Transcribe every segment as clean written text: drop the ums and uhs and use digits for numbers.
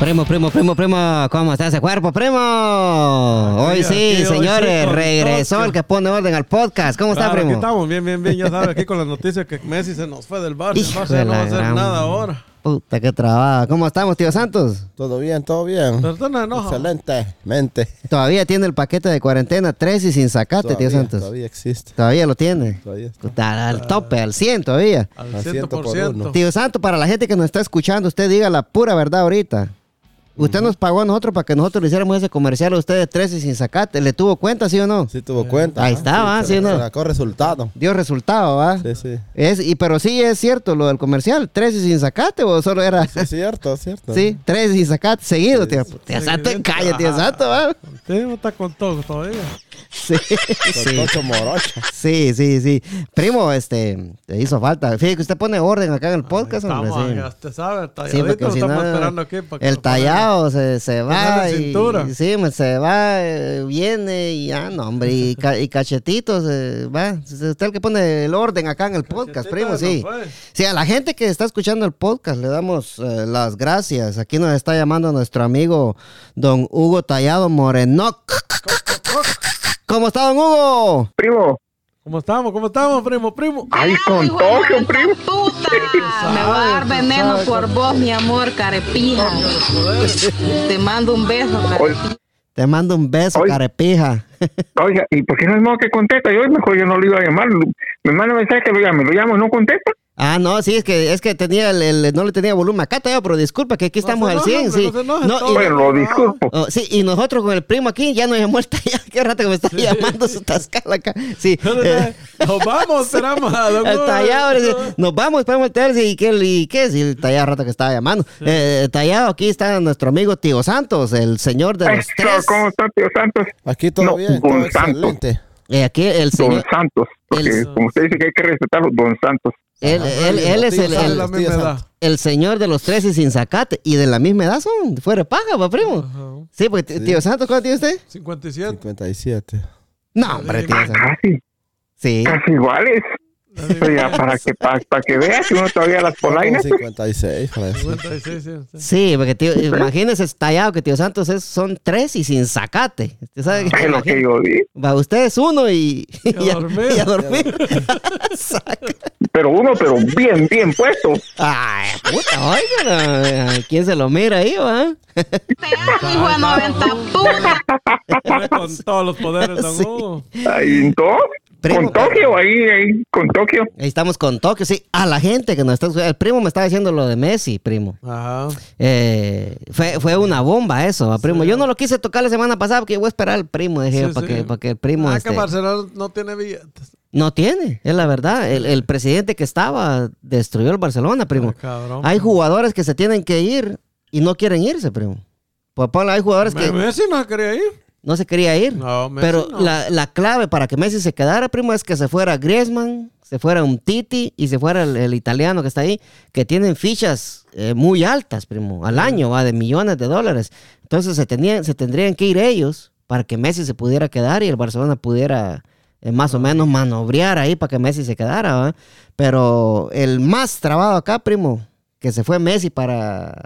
Primo, ¿cómo está ese cuerpo, primo? Hoy sí, señores, regresó el que pone orden al podcast. ¿Cómo está, primo? Aquí estamos, bien, ya sabes, aquí con la noticia que Messi se nos fue del Barça. El Barça no va a hacer nada ahora. Puta, qué trabada. ¿Cómo estamos, tío Santos? Todo bien. Pero tú no enojas. Excelentemente. Todavía tiene el paquete de cuarentena 3 y sin sacate, tío Santos. Todavía existe. Todavía lo tiene. Todavía está. Al tope, al 100 todavía. Al Al 100 por 100%. uno. Tío Santos, para la gente que nos está escuchando, usted diga la pura verdad ahorita. Usted nos pagó a nosotros para que nosotros le hiciéramos ese comercial a ustedes 13 y sin sacate. ¿Le tuvo cuenta, sí o no? Sí tuvo cuenta. Ahí está, ¿va? ¿Sí o no? Sacó resultado. Dio resultado, ¿va? Sí. Pero sí es cierto lo del comercial. 13 y sin sacate o solo era... Sí, cierto. Sí, 13 y sin sacate seguido, Sí, tío. sí. Tío Santo en calle, tío Santo, ¿va? Usted está con todo todavía. Sí, Con Tocho Morocho. sí. Primo, te hizo falta. Fíjate que usted pone orden acá en el podcast, hombre. Estamos, Sí. ya usted sabe, Sí, porque talladito lo si estamos no, esperando aquí. Para que el lo pongan. tallado se va la y cintura. sí, se va, viene y no, hombre, y cachetitos, va. Usted es el que pone el orden acá en el podcast, primo, sí. Sí, a la gente que está escuchando el podcast le damos las gracias. Aquí nos está llamando nuestro amigo don Hugo Tallado Moreno. ¿Cómo está, don Hugo? Primo, ¿Cómo estamos, primo? ay, con Tokio, primo. Puta, me va a dar veneno por vos, mi amor, carepija. Te mando un beso, carepija. Te mando un beso, Oye. carepija. Oiga, ¿y por qué no es modo que contesta? Yo mejor yo no lo iba a llamar. Me manda un mensaje que lo llamo, no contesta. Ah, no, sí, es que tenía no le tenía volumen acá todavía, pero disculpa que aquí estamos al 100, sí. Bueno, lo disculpo. Sí, y nosotros con el primo aquí ya nos llamó el tallado. Qué rato que me está llamando su tascala acá. Sí. Nos vamos, esperamos a don El Hugo. tallado, nos vamos, esperamos el tallado. ¿Y qué? Sí, el tallado rato que estaba llamando. Tallado, aquí está nuestro amigo Tío Santos, el señor de los tres. ¿Cómo está, tío Santos? Aquí todo No, bien, don todo Santos. excelente. Aquí el Don señor. Santos. Porque como usted dice que hay que respetarlo, Don Santos. Él es Tío, sale la misma edad. el señor de los 13 y sin sacate. Y de la misma edad son, fuera de paja, pa, primo. Ajá. Sí, pues, Tío Santos, ¿cuánto tiene usted? 57. 57. No, hombre, Tío Santos. Sí. Casi iguales. Pero ya, para que veas que uno todavía las polainas. 56, parece. 56, sí. Sí, porque imagínese tallado que Tío Santos son 3 y sin sacate. ¿Usted sabe Es lo que yo digo. Va, usted es 1 y a dormir. y a dormir. Saca. Pero bien puesto. Ay, puta, oigan, ¿quién se lo mira ahí, va? Te amo, hijo de 90 puta. Con todos los poderes, don Sí. Hugo. Ahí en todo. Primo. Con Tokio, ahí, con Tokio. Ahí estamos con Tokio, sí. A la gente que nos está escuchando. El primo me estaba diciendo lo de Messi, primo. Ajá. Fue una bomba eso, ¿va, primo? Yo no lo quise tocar la semana pasada porque voy a esperar al primo, dije yo, Sí, para sí. que el primo... Que Barcelona no tiene billetes. No tiene, es la verdad. El presidente que estaba destruyó el Barcelona, primo. Ah, cabrón. Hay jugadores que se tienen que ir y no quieren irse, primo. Pues ponle, hay jugadores que Messi no quería ir. no se quería ir. No, Messi Pero no. la clave para que Messi se quedara, primo, es que se fuera Griezmann, se fuera un Titi y se fuera el italiano que está ahí, que tienen fichas muy altas, primo, al año, va, de millones de dólares. Entonces se tendrían que ir ellos para que Messi se pudiera quedar y el Barcelona pudiera más o menos manobrear ahí para que Messi se quedara, ¿va? Pero el más trabado acá, primo, que se fue Messi para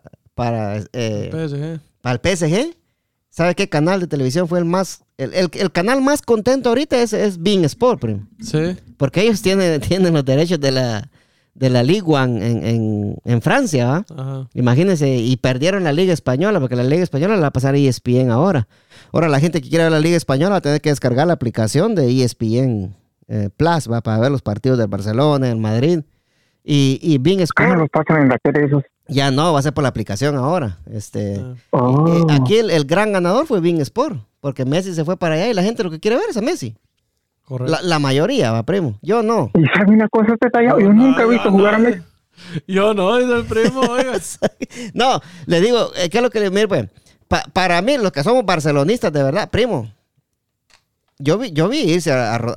PSG. el PSG. ¿Sabe qué canal de televisión fue el más... El canal más contento ahorita es Bein Sport, primo. Sí. Porque ellos tienen los derechos de la Ligue 1 en Francia, ¿va? Ajá. Imagínense, y perdieron la Liga Española, porque la Liga Española la va a pasar a ESPN ahora. Ahora la gente que quiere ver la Liga Española va a tener que descargar la aplicación de ESPN Plus, ¿va? Para ver los partidos del Barcelona, del Madrid. Y Bein ¿Cómo Sport los pasan en la tele esos? ya no, va a ser por la aplicación ahora. Oh. Aquí el gran ganador fue Bein Sport, porque Messi se fue para allá y la gente lo que quiere ver es a Messi. Correcto. La mayoría, va, primo. Yo no. ¿Y sabe una cosa, este tallado? Yo nunca he visto jugar a Messi. Yo no, es el primo, oiga. No, le digo, ¿qué es lo que le mire, pues? Para mí, los que somos barcelonistas, de verdad, primo. Yo vi irse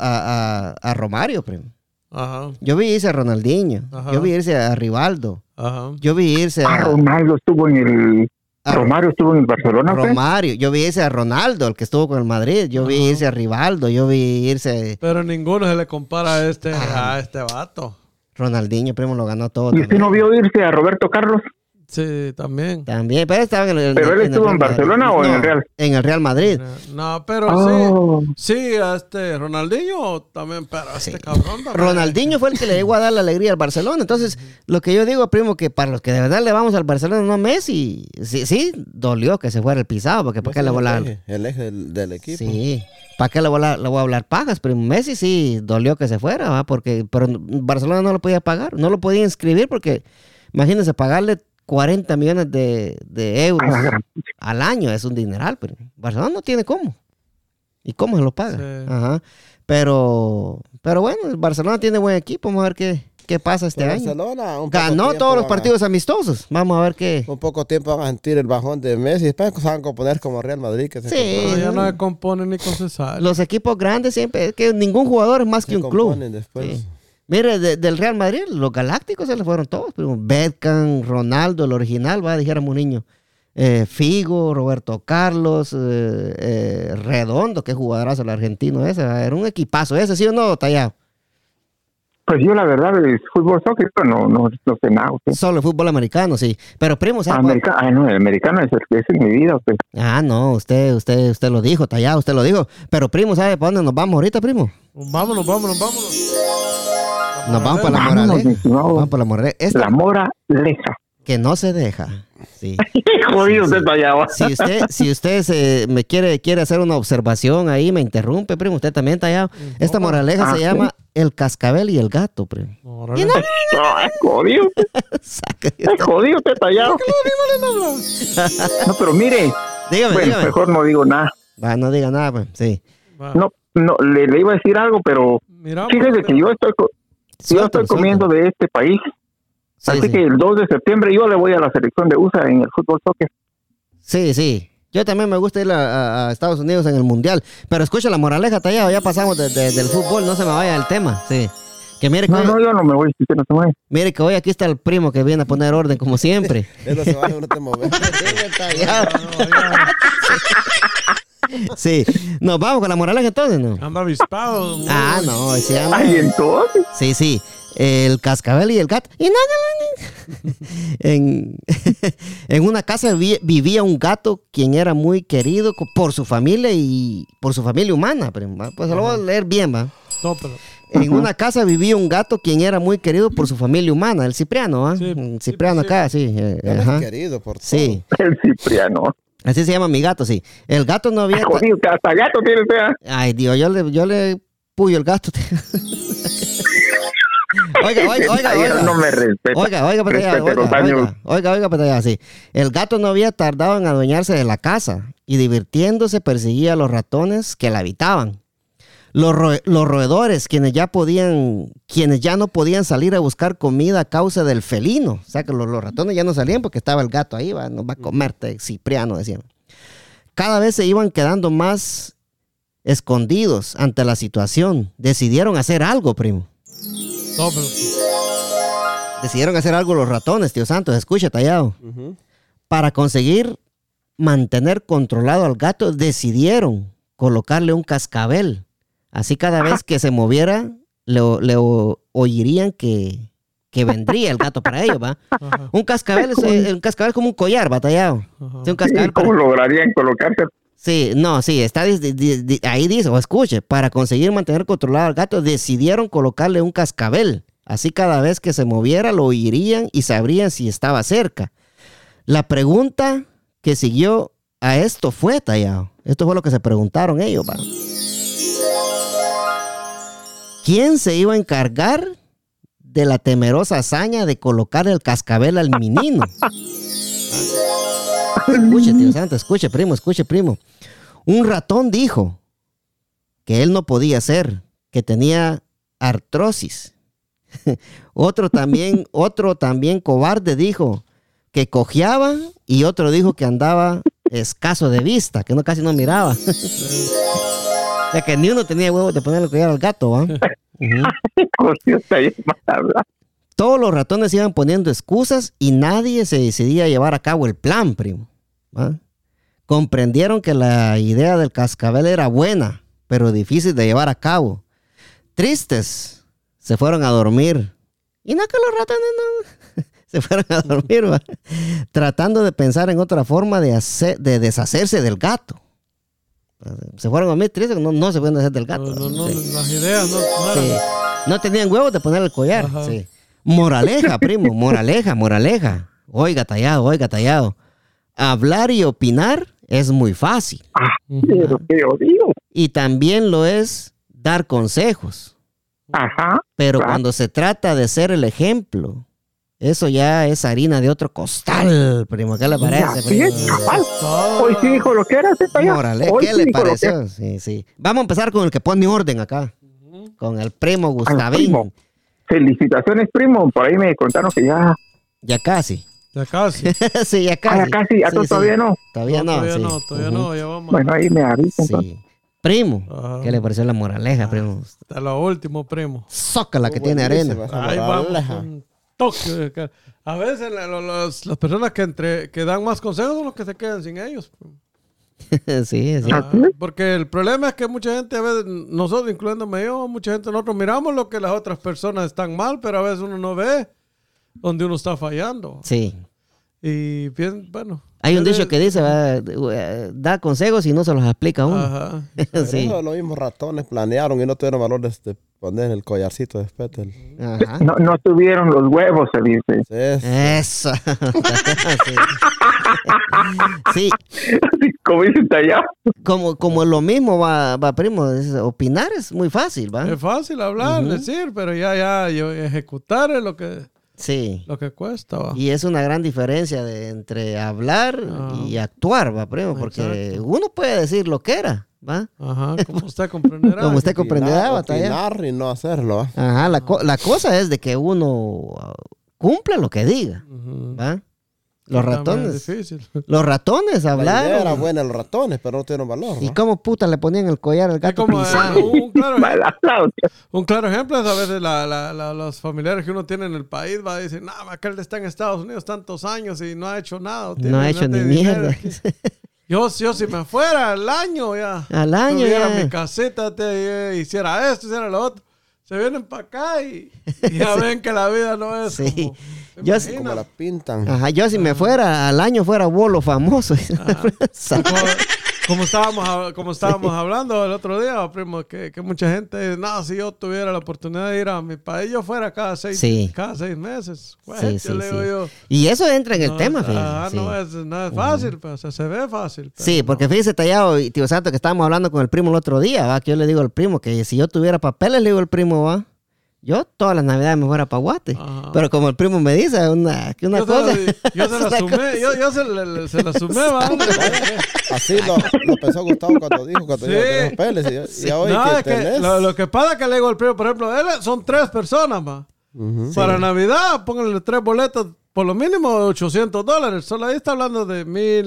a Romario, primo. Ajá, Yo vi irse a Ronaldinho. Ajá. Yo vi irse a Rivaldo. ajá. Yo vi irse a Ronaldo estuvo en el... Romario estuvo en el Barcelona, ¿pues? Romario. Yo vi irse a Ronaldo, el que estuvo con el Madrid. Yo vi irse a Rivaldo. Yo vi irse... Pero ninguno se le compara a este vato. Ronaldinho, primo, lo ganó todo. ¿Y usted no vio irse a Roberto Carlos? Sí, también. También, pero estaba en el ¿Pero él estuvo en Barcelona o en el Real? En el Real Madrid. No, pero Oh. sí, Ronaldinho también, pero cabrón también. Ronaldinho fue el que le llegó a dar la alegría al Barcelona. Entonces, lo que yo digo, primo, que para los que de verdad le vamos al Barcelona, no a Messi, sí, dolió que se fuera el pisado, porque ¿para qué le voy a hablar? El eje del equipo. Sí, ¿para qué le voy a hablar pagas? Pero Messi sí dolió que se fuera, ¿va? Pero Barcelona no lo podía pagar, no lo podía inscribir porque, imagínense, pagarle 40 millones de euros al año es un dineral, pero Barcelona no tiene cómo. ¿Y cómo se lo paga? Sí. Ajá. Pero bueno, el Barcelona tiene buen equipo, vamos a ver qué pasa este año. Barcelona, Ganó todos los partidos amistosos. Vamos a ver qué. Un poco tiempo van a sentir el bajón de Messi. Después se van a componer como Real Madrid. Que se Sí. No, ya no se compone ni con Cesar. Los equipos grandes siempre, es que ningún jugador es más que un club. Después. Sí. Mire, del Real Madrid, los galácticos se les fueron todos. Beckham, Ronaldo, el original, dijéramos un niño. Figo, Roberto Carlos, Redondo, qué jugadorazo el argentino ese. Era un equipazo ese, ¿sí o no, Tallado? Pues yo la verdad, el fútbol soccer no sé nada. ¿Sí? Solo el fútbol americano, sí. Pero primo, ¿sabe? No, el americano es mi vida. ¿Sí? No, usted lo dijo, Tallado, usted lo dijo. Pero primo, ¿sabe para dónde nos vamos ahorita, primo? Vámonos. Nos vamos para la Moraleja. Vamos para la Moraleja. La Moraleja. Que no se deja. Sí. Jodido usted Tallado. Si usted me quiere hacer una observación ahí, me interrumpe, primo. Usted también, Tallado. Esta moraleja se llama El cascabel y el gato, primo. Es jodido. Es jodido usted Tallado. No, pero mire. Dígame. Mejor no digo nada. No diga nada, pues. Sí. No, le iba a decir algo, pero fíjese que yo estoy comiendo de este país. Sí, así que el 2 de septiembre yo le voy a la selección de USA en el fútbol soccer. Sí. Yo también me gusta ir a Estados Unidos en el Mundial. Pero escucha la moraleja, Tallado. Ya pasamos del fútbol. No se me vaya el tema. Sí. Que mire que yo no me voy. Si usted no se mueve. Mire que hoy aquí está el primo que viene a poner orden como siempre. Él no se vaya, no te mueves. Sí. Nos vamos con la moraleja entonces, ¿no? Anda avispado. No. Se llama... Ay, entonces. Sí. El cascabel y el gato. Y en una casa vivía un gato quien era muy querido por su familia y por su familia humana. Pues se lo voy a leer bien, ¿va? No, pero... En una casa vivía un gato quien era muy querido por su familia humana. El Cipriano, ¿ah? Sí, Cipriano acá, sí. Es querido por todo. Sí. El Cipriano. Así se llama mi gato, sí. El gato no había... Jodido, que hasta gato tiene usted. Ay, Dios, yo le puyo el gato. Oiga. No me respeta. Oiga, Petallado, sí. El gato no había tardado en adueñarse de la casa y divirtiéndose perseguía a los ratones que la habitaban. Los roedores, quienes ya no podían salir a buscar comida a causa del felino. O sea que los ratones ya no salían porque estaba el gato ahí, nos va a comerte, Cipriano, decían. Cada vez se iban quedando más escondidos ante la situación. Decidieron hacer algo, primo. No, pero... Decidieron hacer algo los ratones, tío Santos, escucha, Tallado. Para conseguir mantener controlado al gato, decidieron colocarle un cascabel. Así cada vez que se moviera, le oirían que vendría el gato para ellos, ¿va? Ajá. Un cascabel es como un collar, ¿va, Tallado? Sí, un cascabel ¿Cómo lograrían colocarse? Sí, está ahí dice, o escuche, para conseguir mantener controlado al gato, decidieron colocarle un cascabel. Así cada vez que se moviera lo oirían y sabrían si estaba cerca. La pregunta que siguió a esto fue, Tallado. Esto fue lo que se preguntaron ellos, ¿va? ¿Quién se iba a encargar de la temerosa hazaña de colocar el cascabel al menino? Escuche, tío Santo, escuche, primo. Un ratón dijo que él no podía hacer, que tenía artrosis. Otro también cobarde dijo que cojeaba y otro dijo que andaba escaso de vista, que casi no miraba. O sea que ni uno tenía huevos de ponerle collar al gato, ¿va? Todos los ratones iban poniendo excusas y nadie se decidía a llevar a cabo el plan, primo. ¿Va? Comprendieron que la idea del cascabel era buena, pero difícil de llevar a cabo. Tristes, se fueron a dormir. Y no que los ratones no... Se fueron a dormir, ¿va? Tratando de pensar en otra forma de deshacerse del gato. Se fueron a dormir tristes, no se pueden deshacer del gato. No, sí. Las ideas no Sí. No tenían huevos de poner el collar. Sí. Moraleja, primo, moraleja. Oiga, tallado. Hablar y opinar es muy fácil. Pero qué odio. Y también lo es dar consejos. Ajá. Pero cuando se trata de ser el ejemplo, eso ya es harina de otro costal, primo. ¿Qué le parece, Así primo? es, chaval. Hoy sí dijo lo que era, Morale, ¿qué le pareció? Sí. Vamos a empezar con el que pone orden acá. Con el primo Gustavín. Primo. Felicitaciones, primo. Por ahí me contaron que ya... Ya casi. Ya casi. Sí, ya casi. ya casi. Sí, Todavía no. Todavía no. Todavía no. Ya vamos. Bueno, ahí me avisan. Sí. Primo, ¿qué le pareció la moraleja, primo? Hasta lo último, primo. Soca la que tiene arena. Ahí vamos. Un toque. A veces las personas que dan más consejos son los que se quedan sin ellos. Sí. Porque el problema es que mucha gente, a veces, nosotros, incluyéndome yo, mucha gente, nosotros miramos lo que las otras personas están mal, pero a veces uno no ve donde uno está fallando. Sí. Y bien, bueno. Hay un dicho que dice, da consejos y no se los explica a uno. Ajá. Sí. Eso los mismos ratones planearon y no tuvieron valor de poner el collarcito después del... Ajá. No tuvieron los huevos, se dice. Sí, Eso. Sí. Como dicen allá. Como lo mismo va primo. Opinar es muy fácil, ¿va? Es fácil hablar, decir, pero ya ejecutar es lo que... Sí. Lo que cuesta, va. Y es una gran diferencia entre hablar y actuar, va, primo, porque uno puede decir lo que era, ¿va? Ajá, como usted comprenderá. Como usted comprenderá, batalla. Opinar y no hacerlo, ¿va? Ajá, la cosa es de que uno cumpla lo que diga, ¿va? Los ratones. Los ratones La idea era hablaron. buena los ratones, pero no tuvieron valor, ¿Y ¿va? cómo puta le ponían el collar al gato como pisado? un claro ejemplo es a veces los familiares que uno tiene en el país va a decir, no, aquel está en Estados Unidos tantos años y no ha hecho nada. No ha hecho ni mierda. Yo si me fuera al año ya. Al año tuviera ya. mi caseta, hiciera esto, hiciera lo otro. Se vienen para acá y ya ven que la vida no es como... Yo Como la pintan. Ajá, yo si me fuera al año fuera bolo famoso. Como estábamos hablando el otro día, primo, que mucha gente, no, si yo tuviera la oportunidad de ir a mi país, yo fuera cada 6 meses. Bueno, Sí. yo, Y eso entra en el tema, fíjate. No es fácil, pero se ve fácil. Pero sí, porque fíjese, Tallado y Tío Santo, que estábamos hablando con el primo el otro día, ¿va? Que yo le digo al primo que si yo tuviera papeles, le digo al primo, ¿va? Yo todas las navidades me fuera para Guate. Ajá. Pero como el primo me dice una cosa... Yo se la sumé, se la sumé, ¿va? Así lo pensó Gustavo cuando dijo que tenía papeles. Y hoy No, que es que tenés... lo que pasa es que le digo al primo, por ejemplo, son 3 personas, ¿va? Para Navidad, pónganle 3 boletos, por lo mínimo $800. Solo ahí está hablando de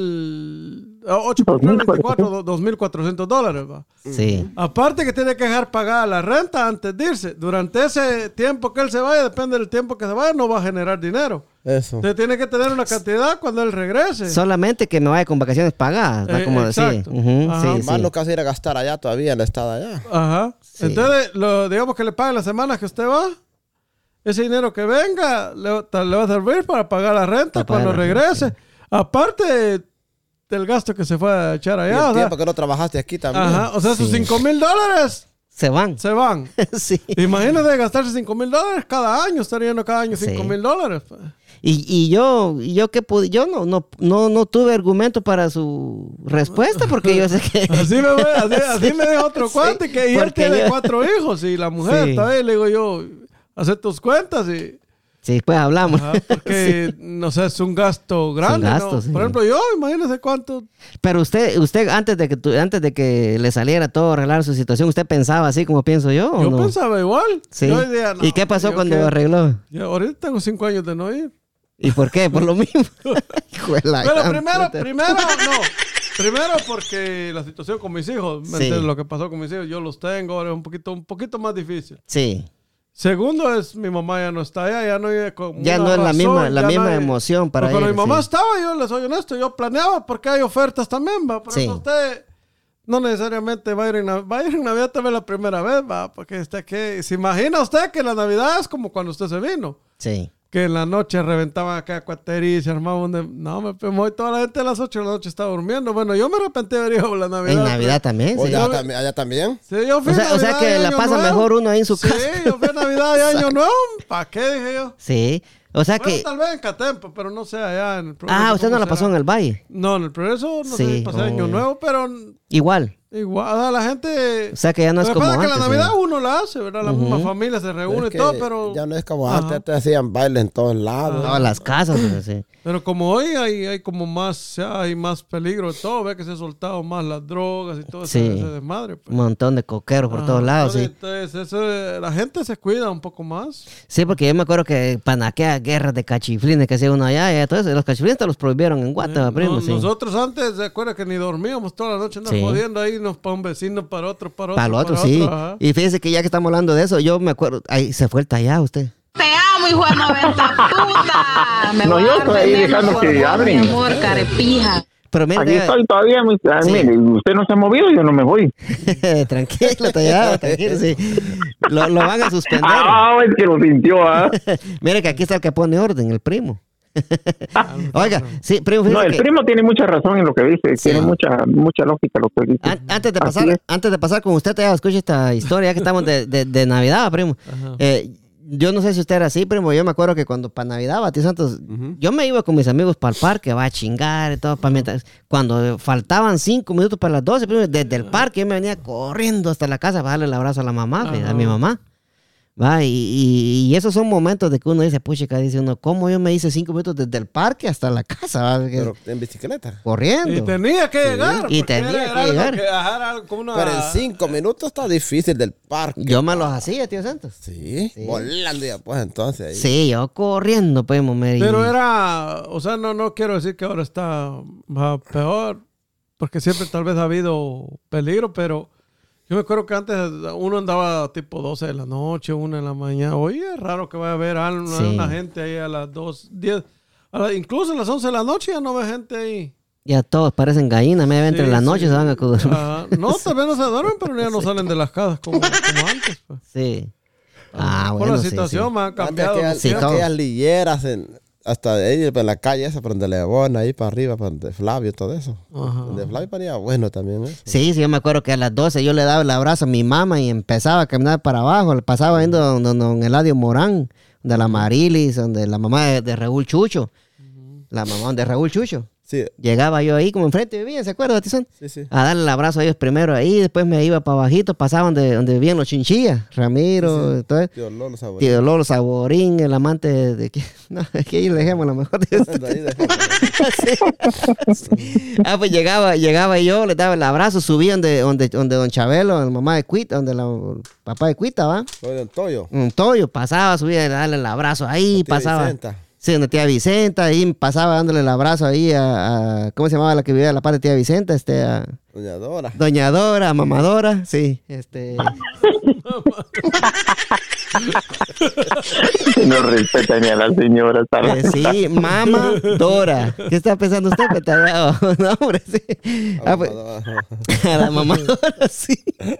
8 por 3, 24, $2,400, ¿va? Sí. Aparte que tiene que dejar pagar la renta antes de irse. Durante ese tiempo que él se vaya, depende del tiempo que se vaya, no va a generar dinero. Eso. Usted tiene que tener una cantidad cuando él regrese. Solamente que me vaya con vacaciones pagadas, ¿va? Como decir. Exacto. Ajá. Más lo que hace ir a gastar allá todavía en el estado allá. Ajá. Sí. Entonces, digamos que le paguen las semanas que usted va. Ese dinero que venga le va a servir para pagar la renta cuando regrese. Aparte del gasto que se fue a echar allá. Y el tiempo que no trabajaste aquí también. Ajá. O sea, sus $5,000 se van. se van. Sí. Imagínate gastarse $5,000 cada año. Estaría yendo cada año $5,000. Y yo que pude, yo no tuve argumento para su respuesta porque yo sé que Así me dijo otro cuate que y él tiene 4 hijos y la mujer todavía le digo yo, hacer tus cuentas y... Sí, pues hablamos. Ajá, porque, no sé, es un gasto grande, ¿no? Sí. Por ejemplo, yo, imagínese cuánto... Pero usted antes de que le saliera todo, arreglar su situación, ¿usted pensaba así como pienso yo? ¿o Yo no? pensaba igual. Sí. Yo decía, no, ¿Y qué pasó cuando ¿qué? arregló? Yo ahorita tengo 5 años de no ir. ¿Y por qué? Por lo mismo. Hijo de la Pero gran puta. Primero porque la situación con mis hijos, ¿me entiendes? Lo que pasó con mis hijos, yo los tengo, ahora es un poquito más difícil. Sí. Segundo es, mi mamá ya no está allá, ya no hay Ya no es la misma emoción para ella. Cuando mi mamá sí. estaba, yo les soy honesto, yo planeaba porque hay ofertas también, va. Por ejemplo, usted no necesariamente va a ir en Navidad también la primera vez, va, porque se imagina usted que la Navidad es como cuando usted se vino. Sí. que en la noche reventaban acá cuatería y se armaba no, me hoy toda la gente a las 8 de la noche está durmiendo. Bueno, yo me arrepentí de haber ido a la Navidad. En Navidad también, sí. ¿Allá también? Sí, yo fui o sea que la pasa mejor uno ahí en su casa. Sí, yo fui a Navidad y Año Nuevo. ¿Para qué, dije yo? Sí. O sea bueno, que... tal vez en Catempo, pero no sé, allá en el Progreso. Ah, ¿usted no la pasó en el Valle? No, en el Progreso no sí, sé, pasé Año Nuevo, pero... Igual. Igual, la gente... O sea que ya no es como antes. Que la Navidad uno la hace, ¿verdad? La misma familia se reúne y todo, pero... Ya no es como antes, te hacían bailes en todos lados. Todas las casas, sí. Pero como hoy hay como más, ya hay más peligro de todo, ve que se han soltado más las drogas y todo ese desmadre. Pues. Un montón de coqueros por todos lados, sí. Entonces, la gente se cuida un poco más. Sí, porque yo me acuerdo que para aquellas guerras de cachiflines que hacía uno allá, y todo eso, los cachiflines te los prohibieron en Guatemala, primo, sí. Nosotros antes, ¿se acuerda que ni dormíamos toda la noche? Andamos jodiendo ahí, nos para un vecino, para otro, para otro. Para el otro, sí. Otro, y fíjese que ya que estamos hablando de eso, yo me acuerdo, ahí se fue el tallado usted. Te amo, hijo de 90 puta. No, yo estoy ahí dejando que hablen. Mi amor, carepija. Pero mire, aquí estoy todavía. Mire, usted no se ha movido, yo no me voy. Tranquilo, tallado, tranquilo, sí. Lo van a suspender. Es que lo sintió, Mire que aquí está el que pone orden, el primo. Oiga, sí, primo. No, el primo tiene mucha razón en lo que dice, tiene mucha lógica lo que dice. Antes de pasar con usted, te escucha esta historia, ya que estamos de Navidad, primo. Yo no sé si usted era así, primo. Yo me acuerdo que cuando para Navidad, Tío Santos, yo me iba con mis amigos para el parque, va a chingar y todo. Cuando faltaban 5 minutos para las 12, primo, desde el parque yo me venía corriendo hasta la casa para darle el abrazo a la mamá, a mi mamá. Va, y esos son momentos de que uno dice, puchica, dice uno, ¿cómo yo me hice 5 minutos desde el parque hasta la casa? ¿Va? Pero en bicicleta. Corriendo. Y tenía que llegar. Y tenía que llegar. Pero en 5 minutos está difícil del parque. Yo me los hacía, Tío Santos. Sí. Volando ya, pues entonces. Ahí. Sí, yo corriendo, pues, Pero era, o sea, no quiero decir que ahora está peor, porque siempre tal vez ha habido peligro, pero... Yo me acuerdo que antes uno andaba tipo 12 de la noche, 1 de la mañana. Oye, es raro que vaya a haber una gente ahí a las 2, 10. Incluso a las 11 de la noche ya no ve gente ahí. Ya todos parecen gallinas, media entre la noche se van a dormir. No, tal vez no se duermen, pero ya no salen de las casas como antes. Pues. Sí. Por la situación me ha cambiado. Aquellas lilleras hasta de ahí, en la calle esa, por donde León, ahí para arriba, para donde Flavio, todo eso. Donde Flavio ponía bueno también. Sí, yo me acuerdo que a las 12 yo le daba el abrazo a mi mamá y empezaba a caminar para abajo. Le pasaba viendo donde Eladio Morán, donde la Marilis, donde la mamá de Raúl Chucho. La mamá de Raúl Chucho. Sí. Llegaba yo ahí como enfrente vivía, ¿se acuerda, Tizón? Sí. A darle el abrazo a ellos primero ahí, después me iba para abajito, pasaba donde vivían los chinchillas, Ramiro, todo eso. Tío Lolo Saborín, el amante de... No, es que ahí le dejemos lo mejor. Pues llegaba yo, le daba el abrazo, subía donde don Chabelo, la mamá de Cuita, donde el papá de Cuita, ¿va? Un Toyo, pasaba, subía a darle el abrazo ahí, pasaba... Vicenta. Sí, donde tía Vicenta, ahí pasaba dándole el abrazo ahí a ¿cómo se llamaba la que vivía a la par de tía Vicenta? Doña Dora, Mamadora, sí, No respeta ni a la señora. Sí, Mamadora. ¿Qué está pensando usted, petallado? No, hombre, sí. Pues, a la Mamadora, sí.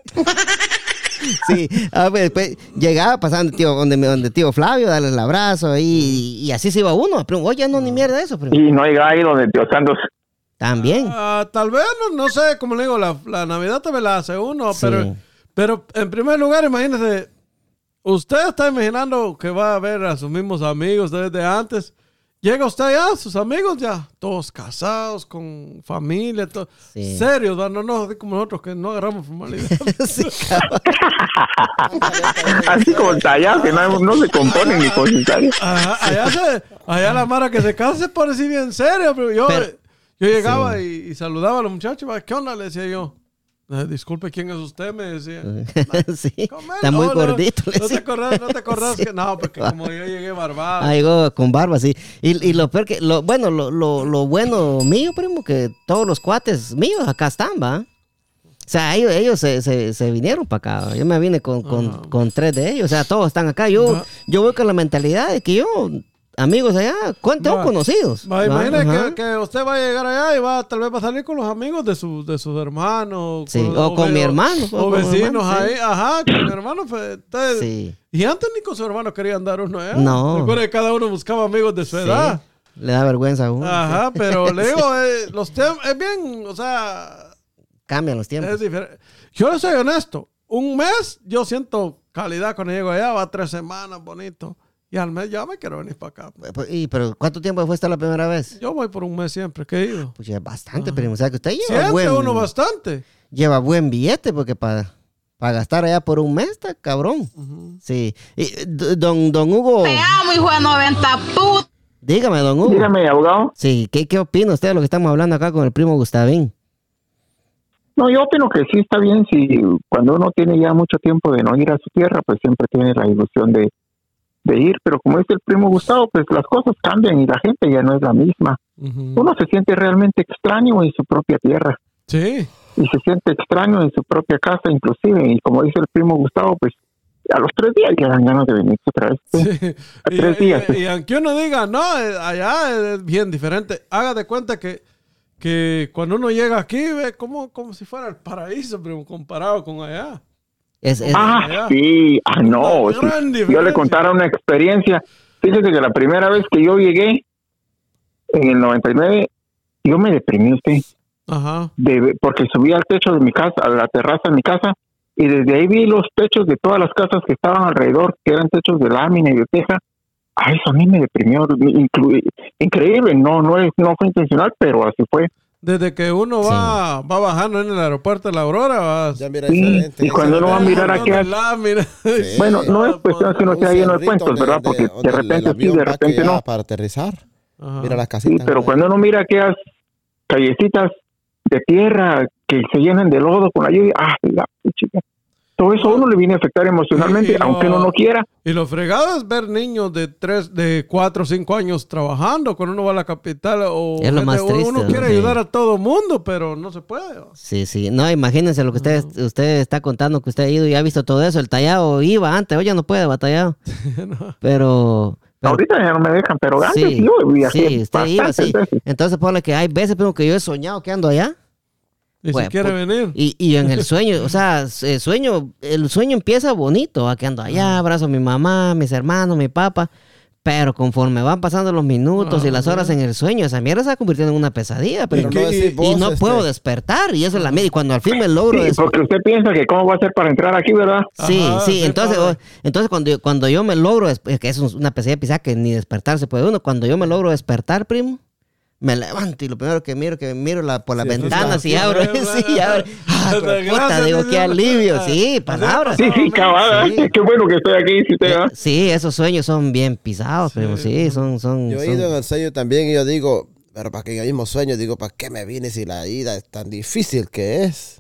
Sí, pues después llegaba pasando donde tío Flavio, darle el abrazo ahí, y así se iba uno. Pero oye, no ni mierda eso. Pero... Y no hay ahí donde tío Santos. También. Tal vez, no sé, como le digo, la Navidad también la hace uno, sí. Pero en primer lugar, imagínese, usted está imaginando que va a ver a sus mismos amigos desde antes. Llega usted allá, sus amigos ya, todos casados, con familia, todo. Sí. Serios, no como nosotros que no agarramos formalidad. Sí, así como está allá, que no se componen ni con allá la mara que se casa se pone así bien serio. Pero yo llegaba y saludaba a los muchachos. ¿Qué onda? Le decía yo. Disculpe, ¿quién es usted? Me decía. Sí, está muy gordito. No te acordás sí. Que no, porque como yo llegué barbado. Llegó con barba, sí. Y lo peor que, lo bueno mío, primo, que todos los cuates míos acá están, ¿va? O sea, ellos se vinieron para acá. Yo me vine con 3 de ellos. O sea, todos están acá. Yo voy con la mentalidad de que yo amigos allá? Tengo conocidos. Imagínate que usted va a llegar allá y tal vez va a salir con los amigos de sus hermanos. Sí, o con mi hermano. O vecinos ahí. Sí. Ajá, con mi hermano. Sí. Y antes ni con su hermano quería andar uno allá. No. Recuerda que cada uno buscaba amigos de su edad. Le da vergüenza a uno. Ajá, pero le digo, los tiempos, es bien, o sea... Cambian los tiempos. Es diferente. Yo le soy honesto. Un mes yo siento calidad cuando llego allá. Va 3 semanas, bonito. Y al mes ya me quiero venir para acá. ¿Pero cuánto tiempo fuiste la primera vez? Yo voy por un mes siempre que he ido. Pues ya bastante, primo. O sea, que usted lleva Siente uno bastante. Lleva buen billete porque para gastar allá por un mes está cabrón. Sí. Y, don Hugo... Te amo, hijo de 90 putas. Dígame, don Hugo. Dígame, abogado. Sí, ¿qué opina usted de lo que estamos hablando acá con el primo Gustavín? No, yo opino que sí está bien. Si cuando uno tiene ya mucho tiempo de no ir a su tierra, pues siempre tiene la ilusión de ir. Pero como dice el primo Gustavo, pues las cosas cambian y la gente ya no es la misma. Uno se siente realmente extraño en su propia tierra. Sí. Y se siente extraño en su propia casa, inclusive. Y como dice el primo Gustavo, pues a los 3 días ya dan ganas de venir otra vez. Sí. A 3 días. Y aunque uno diga, no, allá es bien diferente. Haga de cuenta que cuando uno llega aquí, ve como si fuera el paraíso, pero comparado con allá. Allá. Sí. No. Sí. Yo le contara una experiencia. Fíjese que la primera vez que yo llegué, en el 99, yo me deprimí, usted. Ajá. Porque subí al techo de mi casa, a la terraza de mi casa, y desde ahí vi los techos de todas las casas que estaban alrededor, que eran techos de lámina y de teja. Eso a mí me deprimió, increíble, no fue intencional, pero así fue. Desde que uno va bajando en el aeropuerto de la Aurora, y cuando uno va a mirar aquí, bueno, no es cuestión que uno esté lleno de cuentos, ¿verdad? Porque de repente sí, de repente no. Para aterrizar. Ajá. Mira las casitas. Sí, pero cuando uno mira aquellas callecitas de tierra que se llenan de lodo con la lluvia, chica. Todo eso a uno le viene a afectar emocionalmente, aunque uno no quiera. Y lo fregado es ver niños de 4 o 5 años trabajando cuando uno va a la capital. Es lo más triste. Uno quiere ayudar a todo mundo, pero no se puede. Sí. No, imagínense lo que usted está contando, que usted ha ido y ha visto todo eso. El tallado iba antes, hoy ya no puede batallado. No. Pero ahorita ya no me dejan, pero antes yo viajé. Sí, usted iba, sí. Entonces, ponle que hay veces que yo he soñado que ando allá. Y si quiere venir. Y en el sueño, o sea, el sueño empieza bonito, que ando allá, abrazo a mi mamá, mis hermanos, mi papá, pero conforme van pasando los minutos y las horas en el sueño, esa mierda se va convirtiendo en una pesadilla, pero no puedo despertar, y eso es la mierda, y cuando al fin me logro porque usted piensa que cómo va a ser para entrar aquí, ¿verdad? Sí, entonces cuando yo me logro, que es una pesadilla pisada que ni despertar se puede uno, cuando yo me logro despertar, primo, me levanto y lo primero que miro por las ventanas y abro. Puta, digo, qué alivio. Sí, palabras. Sí, cabal. Qué bueno que estoy aquí. Sí, esos sueños son bien pisados, primo. Sí, son. Yo he ido en el sueño también y yo digo, pero para que en el mismo sueño digo, ¿para qué me vine si la ida es tan difícil que es?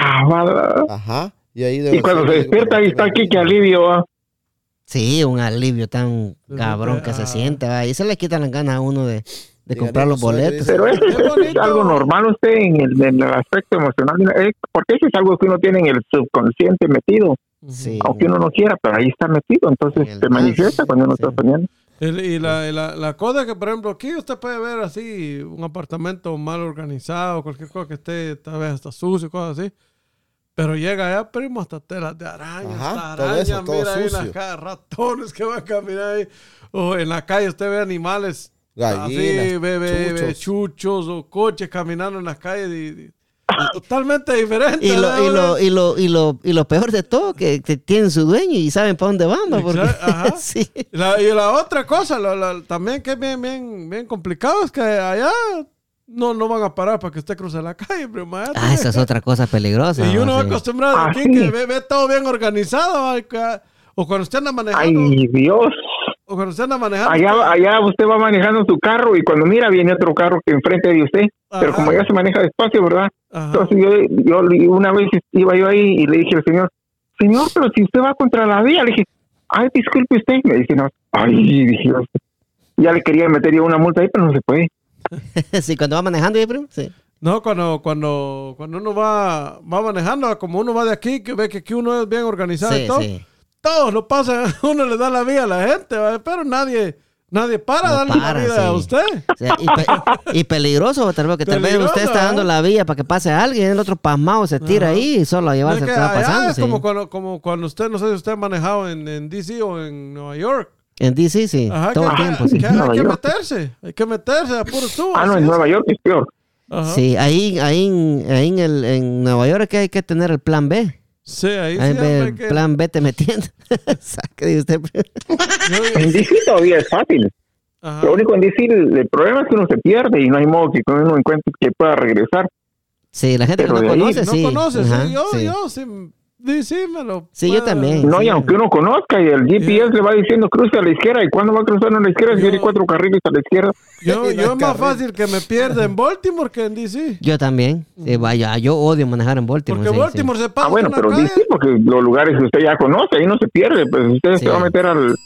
Ajá. Y cuando se despierta y está aquí, qué alivio. Sí, un alivio tan cabrón que se siente. Y se le quitan las ganas a uno de comprar los boletos. Pero eso es algo normal usted en el aspecto emocional, porque eso es algo que uno tiene en el subconsciente metido, aunque uno no quiera, pero ahí está metido, entonces se manifiesta cuando uno está soñando. Y la cosa es que, por ejemplo, aquí usted puede ver así un apartamento mal organizado, cualquier cosa que esté tal vez hasta sucio, cosas así, pero llega allá, primo, hasta telas de arañas, arañas, mira ahí las ratones que van a caminar ahí, o en la calle usted ve animales gallinas, así, chuchos o coches caminando en las calles totalmente diferentes. Y lo peor de todo, que tienen su dueño y saben para dónde van. Sí. Y la otra cosa, también que es bien complicado, es que allá no van a parar para que usted cruce la calle. Esa es otra cosa peligrosa. Y uno va acostumbrado aquí que ve todo bien organizado. O cuando usted anda manejando. ¡Ay, Dios! O cuando usted anda manejando. Allá usted va manejando su carro y cuando mira viene otro carro que enfrente de usted. Pero como ya se maneja despacio, ¿verdad? Entonces yo una vez iba yo ahí y le dije al señor, pero si usted va contra la vía, le dije, disculpe usted. Me dice, no, dije, ya le quería meter yo una multa ahí, pero no se puede. Sí, cuando va manejando, primo, sí. No, cuando uno va manejando, como uno va de aquí, que ve que aquí uno es bien organizado y todo. Sí. Todos lo pasan, uno le da la vía a la gente, ¿vale? Pero nadie Nadie para darle la vida a usted. O sea, y peligroso, tal vez, que tal vez usted está dando la vía para que pase a alguien, el otro pasmado se tira ahí y solo a llevarse el que va pasando. Es como cuando usted, no sé si usted ha manejado en D.C. o en Nueva York. En D.C. sí, todo el tiempo. Sí. Hay que meterse a puro tubo. No, en Nueva York es peor. Ajá. Sí, ahí en Nueva York es que hay que tener el plan B. Sí, ahí sí. El plan B te metiendo. ¿Qué dice usted? En DC todavía es fácil. Ajá. Lo único en DC, el problema es que uno se pierde y no hay modo que uno encuentre que pueda regresar. Sí, la gente que no conoce, sí. No conoce, ajá, sí. Yo sí. Dímelo. Sí, yo también. No, sí. Y aunque uno conozca y el GPS le va diciendo cruce a la izquierda y cuando va a cruzar a la izquierda tiene 4 carriles a la izquierda. Yo es más fácil que me pierda en Baltimore que en DC. Yo también. Sí, vaya, yo odio manejar en Baltimore. Porque Baltimore se pasa. Bueno, pero DC porque los lugares que usted ya conoce, ahí no se pierde. Pues usted se va a meter al...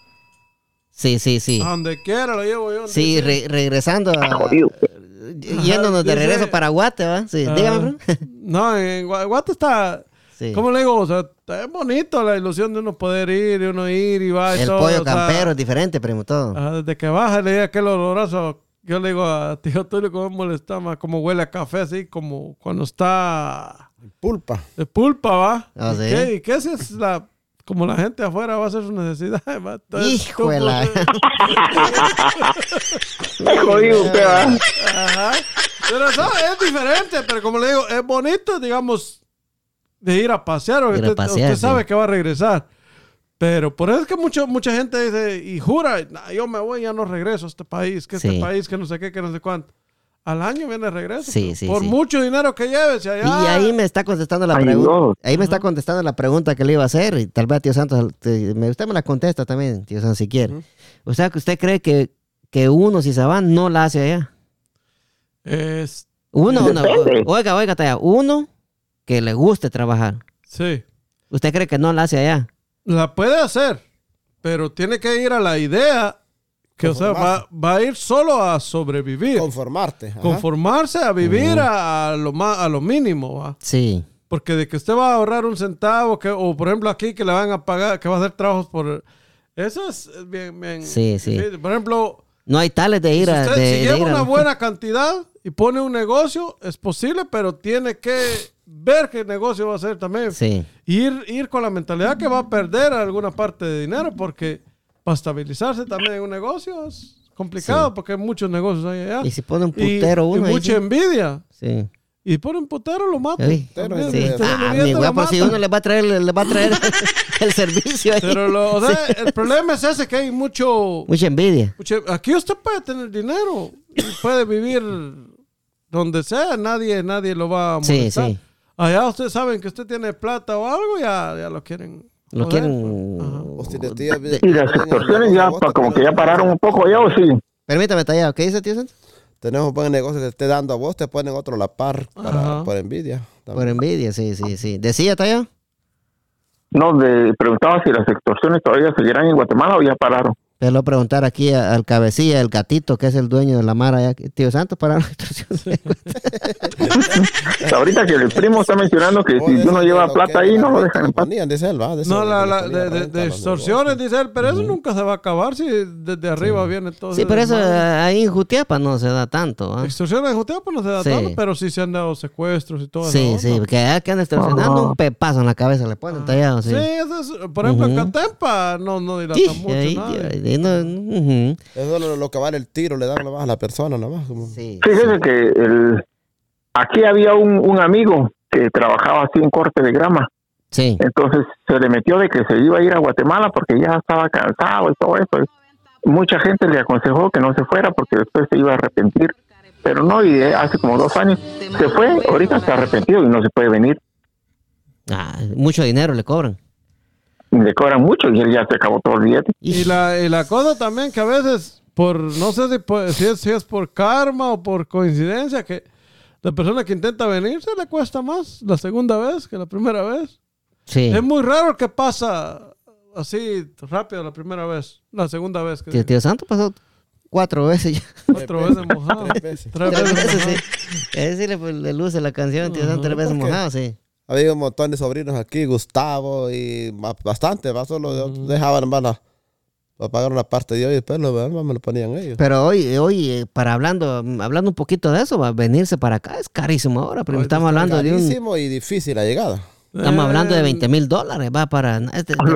Sí. A donde quiera lo llevo yo. Sí, regresando yéndonos de regreso para Guate, ¿va? Sí, dígame, bro. No, en Guate está... Sí. ¿Cómo le digo? O sea, es bonito la ilusión de uno poder ir y va y el todo. El pollo campero es diferente, primo, todo. Desde que baja le diga aquel oloroso. Yo le digo a tío Tulio que me molesta más, como huele a café, así como cuando está... Pulpa. De pulpa, ¿va? Oh, ¿sí? ¿Y qué es la... Como la gente afuera va a hacer su necesidad. ¡Híjole! Me jodido usted, ¿va? Ajá. Pero eso es diferente, pero como le digo, es bonito, digamos... de ir a pasear, o usted sabe que va a regresar. Pero por eso es que mucha gente dice y jura, yo me voy y ya no regreso a este país, que este país, que no sé qué, que no sé cuánto. Al año viene de regreso. Por mucho dinero que lleves allá. Y ahí me está contestando la pregunta. Ahí me está contestando la pregunta que le iba a hacer. Y tal vez, tío Santos, usted me la contesta también, tío Santos, si quiere. O sea, que usted cree que uno, si se va, no la hace allá. Oiga, talla. Uno que le guste trabajar. Sí. ¿Usted cree que no la hace allá? La puede hacer, pero tiene que ir a la idea que, o sea, va a ir solo a sobrevivir. Conformarse a vivir a lo mínimo, ¿va? Sí. Porque de que usted va a ahorrar un centavo, o por ejemplo aquí que le van a pagar, que va a hacer trabajos por... Eso es bien... Sí. Por ejemplo... No hay tales de ir a... Si lleva una buena cantidad y pone un negocio, es posible, pero tiene que ver qué negocio va a hacer también. Sí. Ir con la mentalidad que va a perder alguna parte de dinero, porque para estabilizarse también en un negocio es complicado, porque hay muchos negocios ahí allá. Y si pone un putero y mucha envidia. Sí. Y pone un putero, lo mata. Sí. Mi guapo, si uno le va a traer el servicio ahí. Pero el problema es ese, que hay mucha envidia. Aquí usted puede tener dinero y puede vivir donde sea, nadie lo va a molestar. Sí. Allá ustedes saben que usted tiene plata o algo, ya lo quieren. Lo joder. quieren. Y las extorsiones ya como que ya pararon un poco ya, ¿o sí? Permítame, Tallado. ¿Qué dice, tío Santos? Tenemos un buen negocio que te esté dando a vos, te ponen otro a la par por envidia. También. Por envidia, sí. ¿Decía, Tallado? No, preguntaba si las extorsiones todavía seguirán en Guatemala o ya pararon. Te lo preguntar aquí al cabecilla, el gatito, que es el dueño de la mara allá. Tío Santos, para la extorsión. Ahorita que el primo está mencionando que si uno lleva plata ahí, no lo dejan en paz. De extorsiones, dice él, pero eso nunca se va a acabar si desde arriba viene todo. Sí, pero eso ahí en Jutiapa no se da tanto. Extorsiones en Jutiapa no se da tanto, pero sí se han dado secuestros y todo eso. Sí, porque allá que andan extorsionando un pepazo en la cabeza le ponen tallado. Sí, eso es, por ejemplo, en Catempa no dilata mucho. Eso es lo que vale el tiro, le dan nomás a la persona nomás. Fíjese que aquí había un amigo que trabajaba así en corte de grama. Sí. Entonces se le metió de que se iba a ir a Guatemala porque ya estaba cansado y todo eso. Mucha gente le aconsejó que no se fuera porque después se iba a arrepentir. Pero no, y hace como 2 años se fue, ahorita está arrepentido y no se puede venir. Mucho dinero le cobran. Le cobran mucho y él ya se acabó todo el billete. Y la cosa también que a veces, no sé si es por karma o por coincidencia, que la persona que intenta venirse le cuesta más la segunda vez que la primera vez. Sí. Es muy raro que pasa así rápido la primera vez, la segunda vez. Que Tío Santo pasó 4 veces ya. 4 veces mojado. 3 veces. 3 veces, sí. Es decirle, le luce la canción, Tío Santo 3 veces mojado, sí. Había un montón de sobrinos aquí, Gustavo y bastante, solo dejaban Va a pagar una parte de hoy y después me lo ponían ellos. Pero hoy para hablando un poquito de eso, va a venirse para acá, es carísimo ahora. Pero estamos hablando de carísimo y difícil la llegada. Estamos hablando de $20,000, va para... Depende.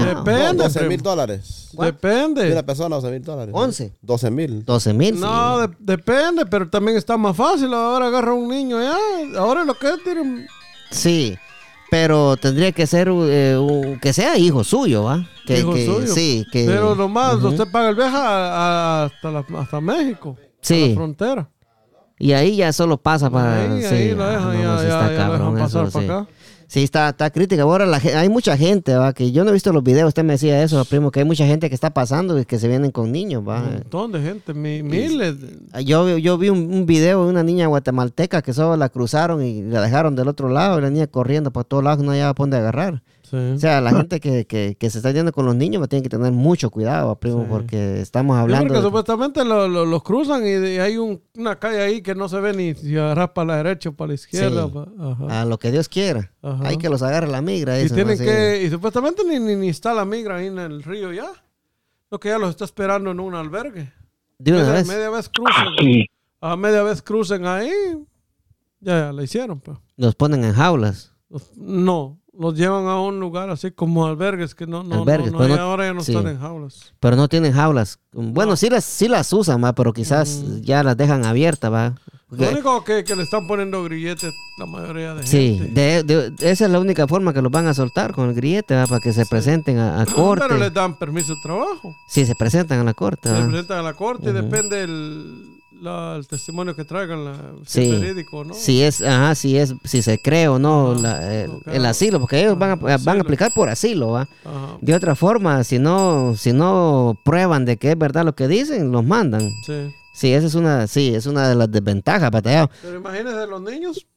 $12,000. Depende. Una persona, $12,000. 11. 12,000. 12,000. No, sí. depende, pero también está más fácil. Ahora agarra un niño ya. Ahora lo que tienen... Sí, pero tendría que ser que sea hijo suyo, ¿va? Hijo suyo. Sí, que... Pero nomás usted paga el viaje hasta México. Sí. A la frontera. Y ahí ya solo pasa para... Ahí lo dejan, ya cabrón pasar eso, para sí. acá. Sí, está crítica. Ahora hay mucha gente, ¿va? Que yo no he visto los videos. Usted me decía eso, primo, que hay mucha gente que está pasando y que se vienen con niños, ¿va? Un montón de gente, miles. Yo vi un video de una niña guatemalteca que solo la cruzaron y la dejaron del otro lado y la niña corriendo por todos lados, no había por dónde agarrar. Sí. O sea, la gente que se está yendo con los niños tiene que tener mucho cuidado, primo, sí. Porque estamos hablando... Porque supuestamente los cruzan y hay una calle ahí que no se ve ni si agarras para la derecha o para la izquierda. Sí. A lo que Dios quiera. Ajá. Hay que los agarre la migra. Y supuestamente ni está la migra ahí en el río ya. Lo que ya los está esperando en un albergue. De una vez. Media vez crucen. A media vez crucen ahí. Ya la hicieron. Pues. Los ponen en jaulas. No. Los llevan a un lugar así como albergues que ahora ya no están en jaulas. Pero no tienen jaulas. Bueno, no. sí las usan, ¿va? Pero quizás ya las dejan abiertas, ¿va? Porque... Lo único que le están poniendo grilletes la mayoría de gente. Sí, esa es la única forma que los van a soltar, con el grillete, ¿va? Para que se presenten a corte. Pero les dan permiso de trabajo. Sí, se presentan a la corte. Se presentan a la corte y depende el testimonio que traigan, si es verídico, ¿no? Si se cree o no el asilo, porque ellos van a aplicar por asilo, ¿va? Ajá. De otra forma, si no prueban de que es verdad lo que dicen, los mandan. Sí. Sí, esa es una de las desventajas, Patallado. Pero imagínese los niños.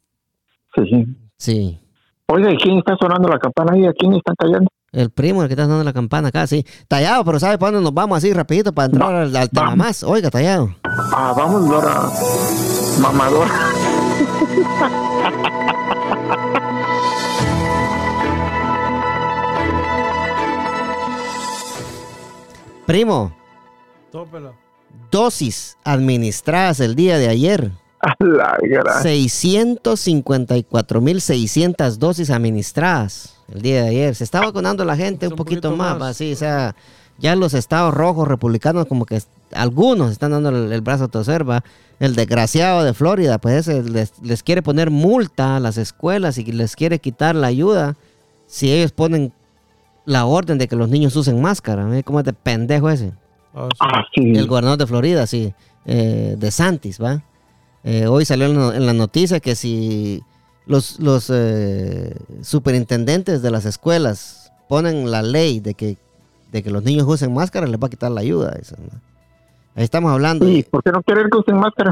Sí. Oiga, ¿y quién está sonando la campana ahí? ¿A quién están callando? El primo, el que está sonando la campana acá, sí. Tallado, pero ¿sabe para dónde nos vamos así rapidito para entrar al tema más? Oiga, Tallado. Vamos, Lora. Mamador. Primo. Tópela. Dosis administradas el día de ayer. 654,600 dosis administradas el día de ayer. Se está vacunando la gente un poquito más, así, o sea, ya los estados rojos republicanos como que algunos están dando el brazo a torcer, ¿va? El desgraciado de Florida, pues les quiere poner multa a las escuelas y les quiere quitar la ayuda si ellos ponen la orden de que los niños usen máscara. ¿Cómo es de pendejo ese? Sí. El gobernador de Florida, sí, de Santis, ¿va? Hoy salió en la noticia que si los superintendentes de las escuelas ponen la ley de que los niños usen máscara, les va a quitar la ayuda. Eso, ¿no? Ahí estamos hablando. ¿Y por qué no quieren que usen máscara?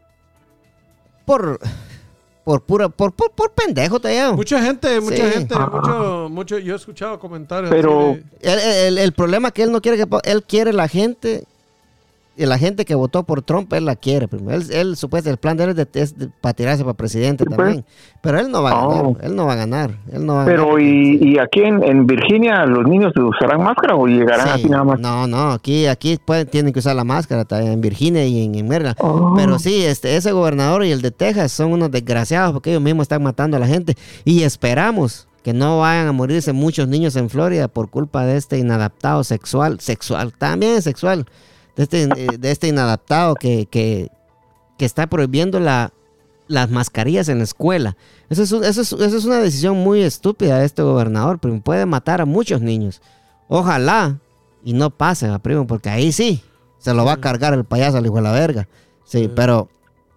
Por pendejo, Tallado. Mucha gente, yo he escuchado comentarios. Pero el problema que él no quiere él quiere la gente que votó por Trump, él la quiere. Él supuestamente el plan de él es para tirarse para presidente también. Pero él no va a ganar. Él no va a ganar. Pero ¿y aquí en Virginia los niños usarán máscara o llegarán así nada más? No. Aquí tienen que usar la máscara en Virginia y en Maryland. Pero sí, ese gobernador y el de Texas son unos desgraciados porque ellos mismos están matando a la gente. Y esperamos que no vayan a morirse muchos niños en Florida por culpa de este inadaptado también sexual. De este inadaptado que está prohibiendo las mascarillas en la escuela. Eso es una decisión muy estúpida de este gobernador, primo. Puede matar a muchos niños. Ojalá y no pase, primo, porque ahí sí se lo va a cargar el payaso al hijo de la verga. Sí, pero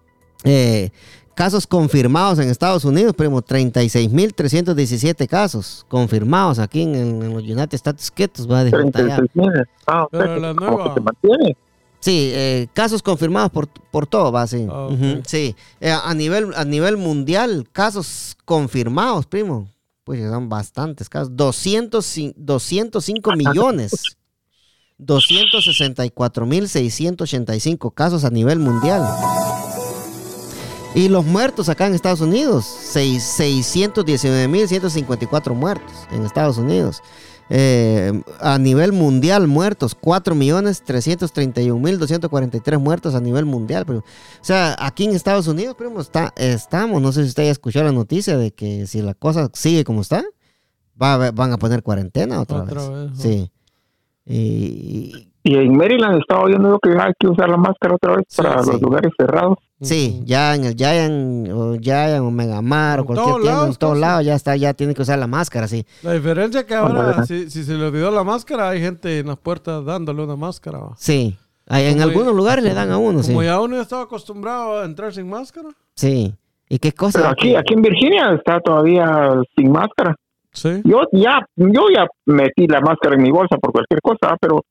casos confirmados en Estados Unidos, primo, 36,317 casos confirmados aquí en los United States Ketos, va a dejar 36,000. Pero la nueva se mantiene. Sí, casos confirmados por todo, va así. Okay. Sí, a nivel mundial, casos confirmados, primo. Pues son bastantes casos. 205 millones. 264,685 casos a nivel mundial. Y los muertos acá en Estados Unidos, 619,154 muertos en Estados Unidos. A nivel mundial muertos, 4.331.243 muertos a nivel mundial, primo. O sea, aquí en Estados Unidos, primo, estamos, no sé si usted ya escuchó la noticia de que si la cosa sigue como está, van a poner cuarentena otra vez. Sí. Y en Maryland estaba oyendo que hay que usar la máscara otra vez para los lugares cerrados. Sí, ya en el Giant o Megamar o cualquier tienda, en todos lados ya tiene que usar la máscara, sí. La diferencia es que ahora, si se le olvidó la máscara, hay gente en las puertas dándole una máscara. Sí, en algunos lugares le dan a uno, sí. Como ya uno estaba acostumbrado a entrar sin máscara. Sí, ¿y qué cosa? Pero aquí en Virginia está todavía sin máscara. Sí. Yo ya metí la máscara en mi bolsa por cualquier cosa, pero...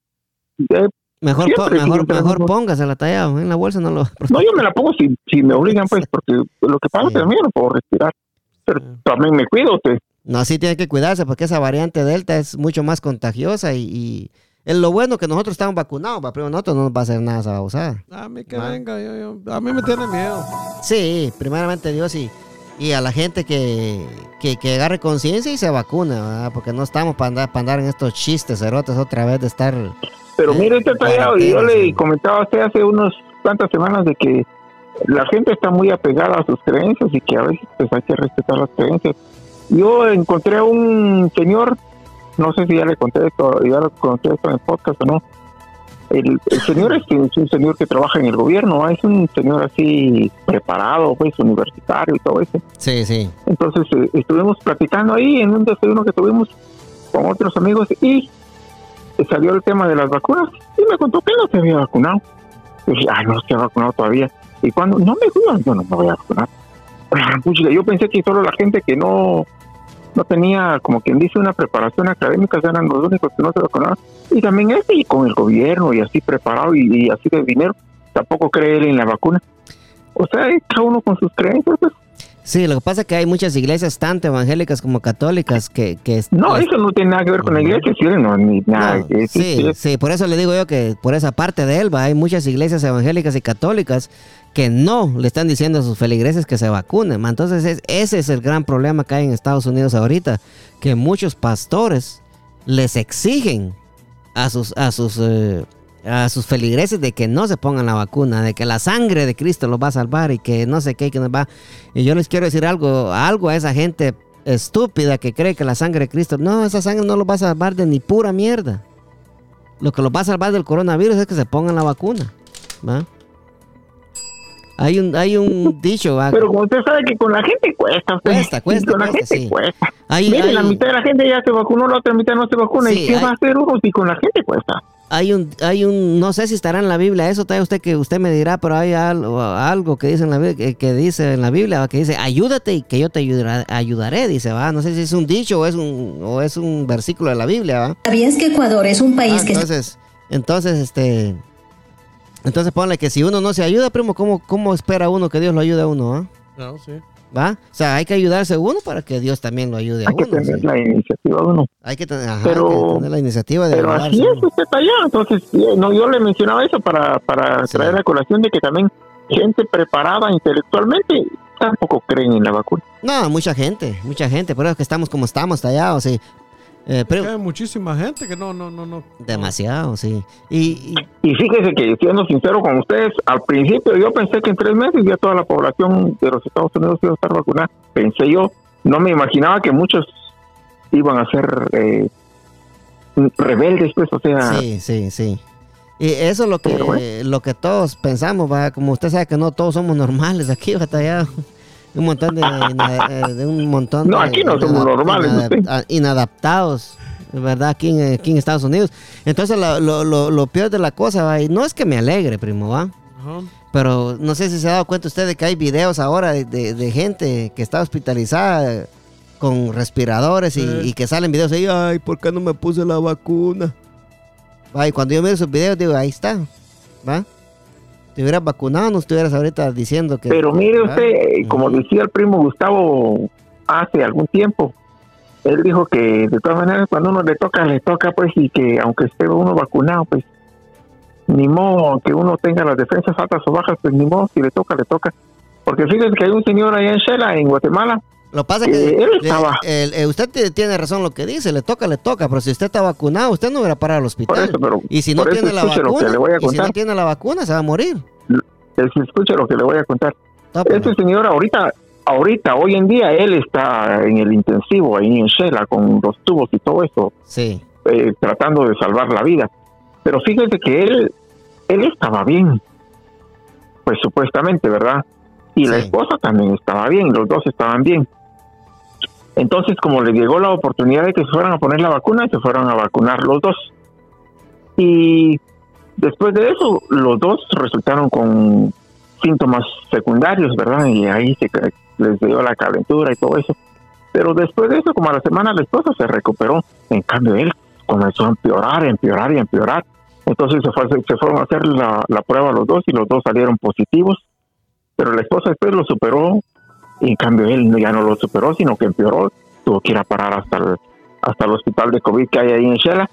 Mejor póngasela tallado en la bolsa, no lo... No, yo me la pongo si me obligan, pues, porque lo que pasa es que también no puedo respirar. Pero también me cuido, usted. No, sí tiene que cuidarse porque esa variante Delta es mucho más contagiosa y es lo bueno que nosotros estamos vacunados, pero nosotros no nos va a hacer nada esa babosada. A mí que venga, a mí me tiene miedo. Sí, primeramente Dios y a la gente que agarre conciencia y se vacuna, ¿verdad? Porque no estamos para andar en estos chistes cerotes otra vez de estar... Pero mire, usted tallado, y yo le comentaba a usted hace unas cuantas semanas de que la gente está muy apegada a sus creencias y que a veces pues hay que respetar las creencias. Yo encontré a un señor, no sé si ya le conté esto en el podcast o no. El señor es un señor que trabaja en el gobierno, es un señor así preparado, pues universitario y todo eso. Sí, sí. Entonces estuvimos platicando ahí en un desayuno que tuvimos con otros amigos y salió el tema de las vacunas y me contó que no se había vacunado. Y dije, no se ha vacunado todavía. Y cuando no me dijo, yo no me voy a vacunar. Yo pensé que solo la gente que no tenía, como quien dice, una preparación académica eran los únicos que no se vacunaban. Y también y con el gobierno y así preparado y así de dinero, tampoco cree él en la vacuna. O sea, cada uno con sus creencias, pues. Sí, lo que pasa es que hay muchas iglesias, tanto evangélicas como católicas, que no, eso no tiene nada que ver con la iglesia, sí, no, ni nada. No, sí, por eso le digo yo que por esa parte de él, hay muchas iglesias evangélicas y católicas que no le están diciendo a sus feligreses que se vacunen. Entonces ese es el gran problema que hay en Estados Unidos ahorita, que muchos pastores les exigen a sus feligreses de que no se pongan la vacuna, de que la sangre de Cristo los va a salvar y que no sé qué, que nos va. Y yo les quiero decir algo a esa gente estúpida que cree que la sangre de Cristo, no, esa sangre no los va a salvar de ni pura mierda. Lo que los va a salvar del coronavirus es que se pongan la vacuna, ¿va? Hay un dicho, ¿va? Pero como usted sabe que con la gente cuesta. Con la gente sí. Cuesta. La mitad de la gente ya se vacunó, la otra mitad no se vacuna. Sí, ¿y qué va a hacer uno si con la gente cuesta? Hay un, no sé si estará en la Biblia, eso trae usted me dirá, pero hay algo que dice en la Biblia, que dice en la Biblia, que dice, ayúdate y que yo te ayudaré, dice, va, no sé si es un dicho o es un versículo de la Biblia, va. ¿Sabías que Ecuador es un país que... Entonces ponle que si uno no se ayuda, primo, ¿cómo espera uno que Dios lo ayude a uno, va? No, sí. ¿Va? O sea, hay que ayudarse uno para que Dios también lo ayude a uno. Hay que tener la iniciativa uno. Hay que tener la iniciativa de ayudarse. Pero así es usted allá. Entonces, yo le mencionaba eso para traer a colación de que también gente preparada intelectualmente tampoco creen en la vacuna. No, mucha gente. Por eso es que estamos como estamos tallados, sí. Pero hay muchísima gente que no. Demasiado, sí. Y fíjese que, siendo sincero con ustedes, al principio yo pensé que en 3 meses ya toda la población de los Estados Unidos iba a estar vacunada. Pensé yo, no me imaginaba que muchos iban a ser rebeldes, pues, o sea. Sí. Y eso es lo que todos pensamos, va. Como usted sabe que no todos somos normales aquí, batallado. Un montón no, aquí no somos normales, inadaptados, ¿verdad? Aquí en Estados Unidos. Entonces lo peor de la cosa, va, y no es que me alegre, primo, va. Uh-huh. Pero no sé si se ha dado cuenta usted de que hay videos ahora de gente que está hospitalizada con respiradores y que salen videos ahí, ay, ¿por qué no me puse la vacuna? Va, y cuando yo miro esos videos digo, ahí está, va. Te hubieras vacunado, no estuvieras ahorita diciendo que... Pero mire usted, como decía el primo Gustavo hace algún tiempo, él dijo que de todas maneras cuando uno le toca pues, y que aunque esté uno vacunado, pues ni modo que uno tenga las defensas altas o bajas, pues ni modo, si le toca. Porque fíjense que hay un señor allá en Shela, en Guatemala, Lo pasa que usted tiene razón lo que dice, le toca, pero si usted está vacunado, usted no hubiera parado al hospital. Y si no tiene la vacuna, se va a morir. Escuche lo que le voy a contar. Este señor ahorita, hoy en día, él está en el intensivo ahí en Shela con los tubos y todo eso. Sí. Tratando de salvar la vida. Pero fíjese que él estaba bien. Pues supuestamente, ¿verdad? Y la esposa también estaba bien, los dos estaban bien. Entonces, como le llegó la oportunidad de que se fueran a poner la vacuna, se fueron a vacunar los dos. Y después de eso, los dos resultaron con síntomas secundarios, ¿verdad? Y ahí les dio la calentura y todo eso. Pero después de eso, como a la semana, la esposa se recuperó. En cambio, él comenzó a empeorar. Entonces se fueron a hacer la prueba los dos y los dos salieron positivos. Pero la esposa después lo superó. Y en cambio él ya no lo superó, sino que empeoró. Tuvo que ir a parar hasta el hospital de COVID que hay ahí en Shela.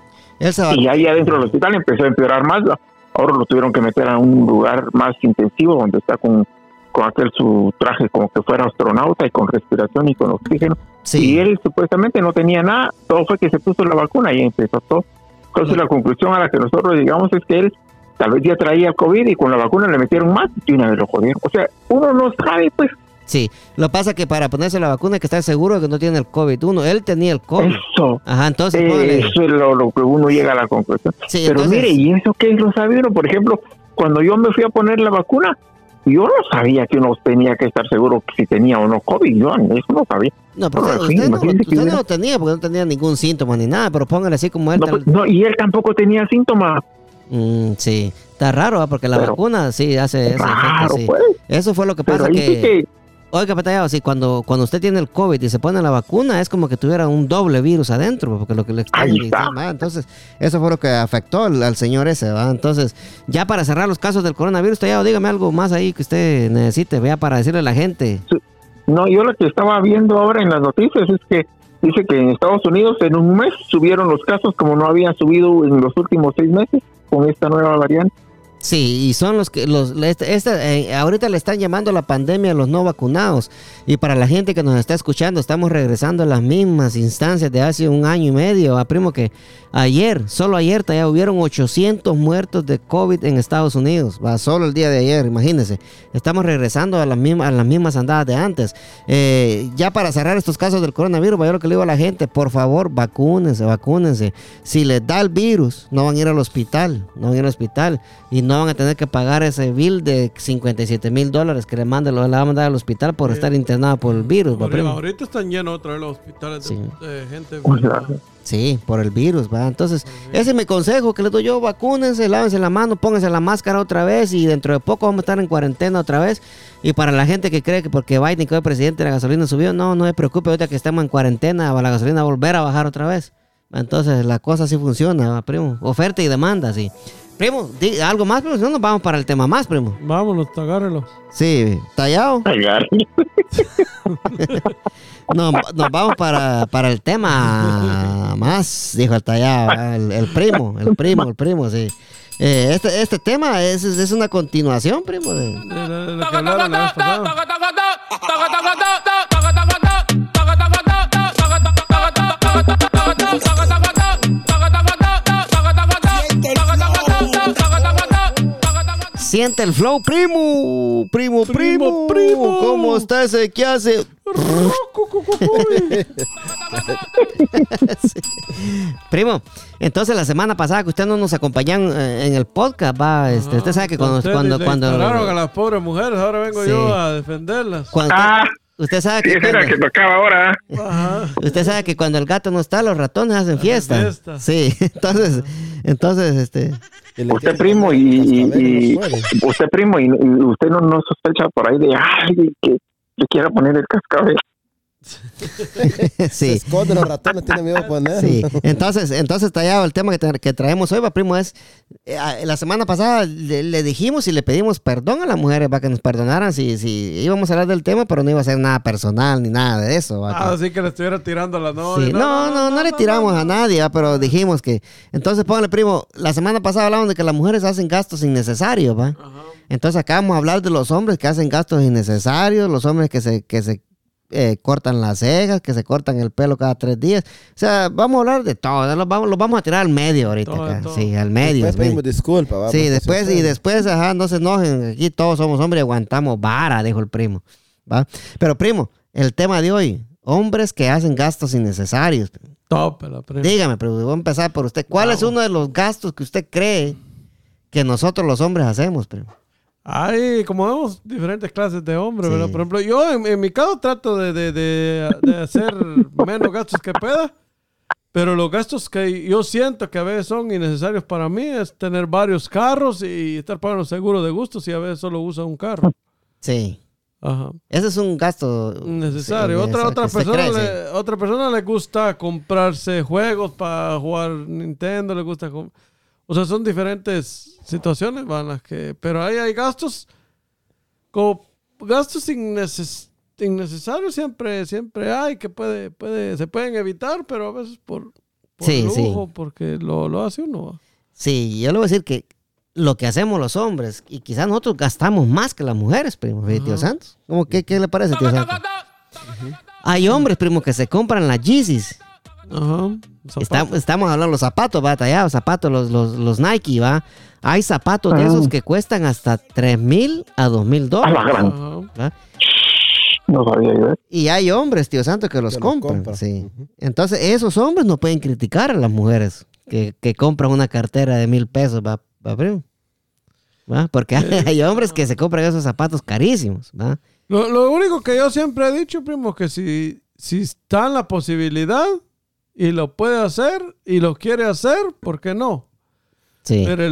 Y ahí adentro del hospital empezó a empeorar más. Ahora lo tuvieron que meter a un lugar más intensivo donde está con aquel su traje como que fuera astronauta y con respiración y con oxígeno. Sí. Y él supuestamente no tenía nada. Todo fue que se puso la vacuna y empezó todo. Entonces la conclusión a la que nosotros llegamos es que él tal vez ya traía COVID y con la vacuna le metieron más y una vez lo jodieron. O sea, uno no sabe, pues. Sí, lo pasa que para ponerse la vacuna hay que estar seguro de que no tiene el COVID. Él tenía el COVID. Eso. Ajá, entonces. Eso es lo que uno llega a la conclusión. Sí, pero entonces, mire, ¿y eso qué lo sabe uno? Por ejemplo, cuando yo me fui a poner la vacuna, yo no sabía que uno tenía que estar seguro si tenía o no COVID. Yo eso no sabía. No, pero usted no lo tenía porque no tenía ningún síntoma ni nada, pero póngale así como él. No, y él tampoco tenía síntomas. Sí, está raro, porque la vacuna sí hace eso. Claro, sí. Pues. Eso fue lo que pasa Oiga, Petallado, sí, cuando usted tiene el COVID y se pone la vacuna, es como que tuviera un doble virus adentro, porque lo que le está. Entonces, eso fue lo que afectó al señor ese, ¿va? Entonces, ya para cerrar los casos del coronavirus, Petallado, dígame algo más ahí que usted necesite, vea, para decirle a la gente. Sí. No, yo lo que estaba viendo ahora en las noticias es que dice que en Estados Unidos en un mes subieron los casos como no habían subido en los últimos 6 meses con esta nueva variante. Sí, y son los que ahorita le están llamando la pandemia a los no vacunados. Y para la gente que nos está escuchando, estamos regresando a las mismas instancias de hace 1 año y medio. Primo, que solo ayer ya hubieron 800 muertos de COVID en Estados Unidos. Solo el día de ayer, imagínense. Estamos regresando a las mismas andadas de antes. Ya para cerrar estos casos del coronavirus, yo lo que le digo a la gente, por favor, vacúnense. Si les da el virus, no van a ir al hospital. Y no van a tener que pagar ese bill de $57,000 que le van a mandar al hospital por estar internado por el virus. Ahorita están llenos otra vez los hospitales de gente. Sí, por el virus, ¿va? Entonces, ese es mi consejo que les doy yo: vacúnense, lávense la mano, pónganse la máscara otra vez y dentro de poco vamos a estar en cuarentena otra vez. Y para la gente que cree que porque Biden quedó presidente la gasolina subió, no se preocupe, ahorita que estamos en cuarentena va la gasolina a volver a bajar otra vez. Entonces, la cosa sí funciona, ¿va, primo? Oferta y demanda, sí. Primo, ¿algo más, primo? Si no, nos vamos para el tema más, primo. Vámonos, agárrelo. Sí, ¿tallado? No, nos vamos para el tema más, dijo el tallado, el primo, sí. Este tema es una continuación, primo. Siente el flow, primo. ¿Cómo está ese que hace? Sí. Primo, entonces la semana pasada que usted no nos acompañó en el podcast, usted sabe que cuando claro, a las pobres mujeres, ahora vengo yo a defenderlas. Usted sabe que que tocaba ahora. Usted sabe que cuando el gato no está, los ratones hacen fiesta. Sí, entonces usted primo y usted primo y usted no sospecha por ahí de que le quiera poner el cascabel. Sí. Se esconde los ratones, tiene miedo de poner. Sí. Entonces tallado el tema que traemos hoy, primo, es la semana pasada le dijimos y le pedimos perdón a las mujeres para que nos perdonaran si íbamos a hablar del tema, pero no iba a ser nada personal ni nada de eso. Así que le estuviera tirando a la novia. Sí. No le tiramos a nadie, pero dijimos que entonces póngale, primo, la semana pasada hablamos de que las mujeres hacen gastos innecesarios, ¿va? Entonces acá vamos a hablar de los hombres que hacen gastos innecesarios, los hombres que se cortan las cejas, que se cortan el pelo cada 3 días. O sea, vamos a hablar de todo. Lo vamos a tirar al medio ahorita. Todo. Sí, al medio. Después pedimos disculpas. Vamos, sí, después, no se enojen. Aquí todos somos hombres y aguantamos vara, dijo el primo. ¿Va? Pero, primo, el tema de hoy, hombres que hacen gastos innecesarios. Dígame, pero voy a empezar por usted. ¿Cuál es uno de los gastos que usted cree que nosotros los hombres hacemos, primo? Hay, como vemos, diferentes clases de hombres, ¿verdad? Por ejemplo, yo en mi caso trato de hacer menos gastos que pueda, pero los gastos que yo siento que a veces son innecesarios para mí es tener varios carros y estar pagando seguro de gustos y a veces solo uso un carro. Sí. Ajá. Ese es un gasto necesario. Otra persona le gusta comprarse juegos para jugar Nintendo, le gusta... O sea, son diferentes situaciones, van pero ahí hay gastos, como gastos innecesarios siempre hay, que se pueden evitar, pero a veces por lujo, porque lo hace uno. Sí, yo le voy a decir que lo que hacemos los hombres, y quizás nosotros gastamos más que las mujeres, primo, tío Santos. ¿Qué le parece, tío Santos? Hay hombres, primo, que se compran las Yeezys. Estamos hablando de los zapatos, va, tallados, zapatos, los Nike, va. Hay zapatos de esos que cuestan hasta $3,000 a $2,000. No sabía yo. Y hay hombres, tío Santo, que los compran. Sí. Entonces, esos hombres no pueden criticar a las mujeres que compran una cartera de $1,000, va, primo. ¿Va? Porque hay hombres que se compran esos zapatos carísimos, ¿va? Lo único que yo siempre he dicho, primo, es que si está en la posibilidad y lo puede hacer y lo quiere hacer, ¿por qué no? Sí. Pero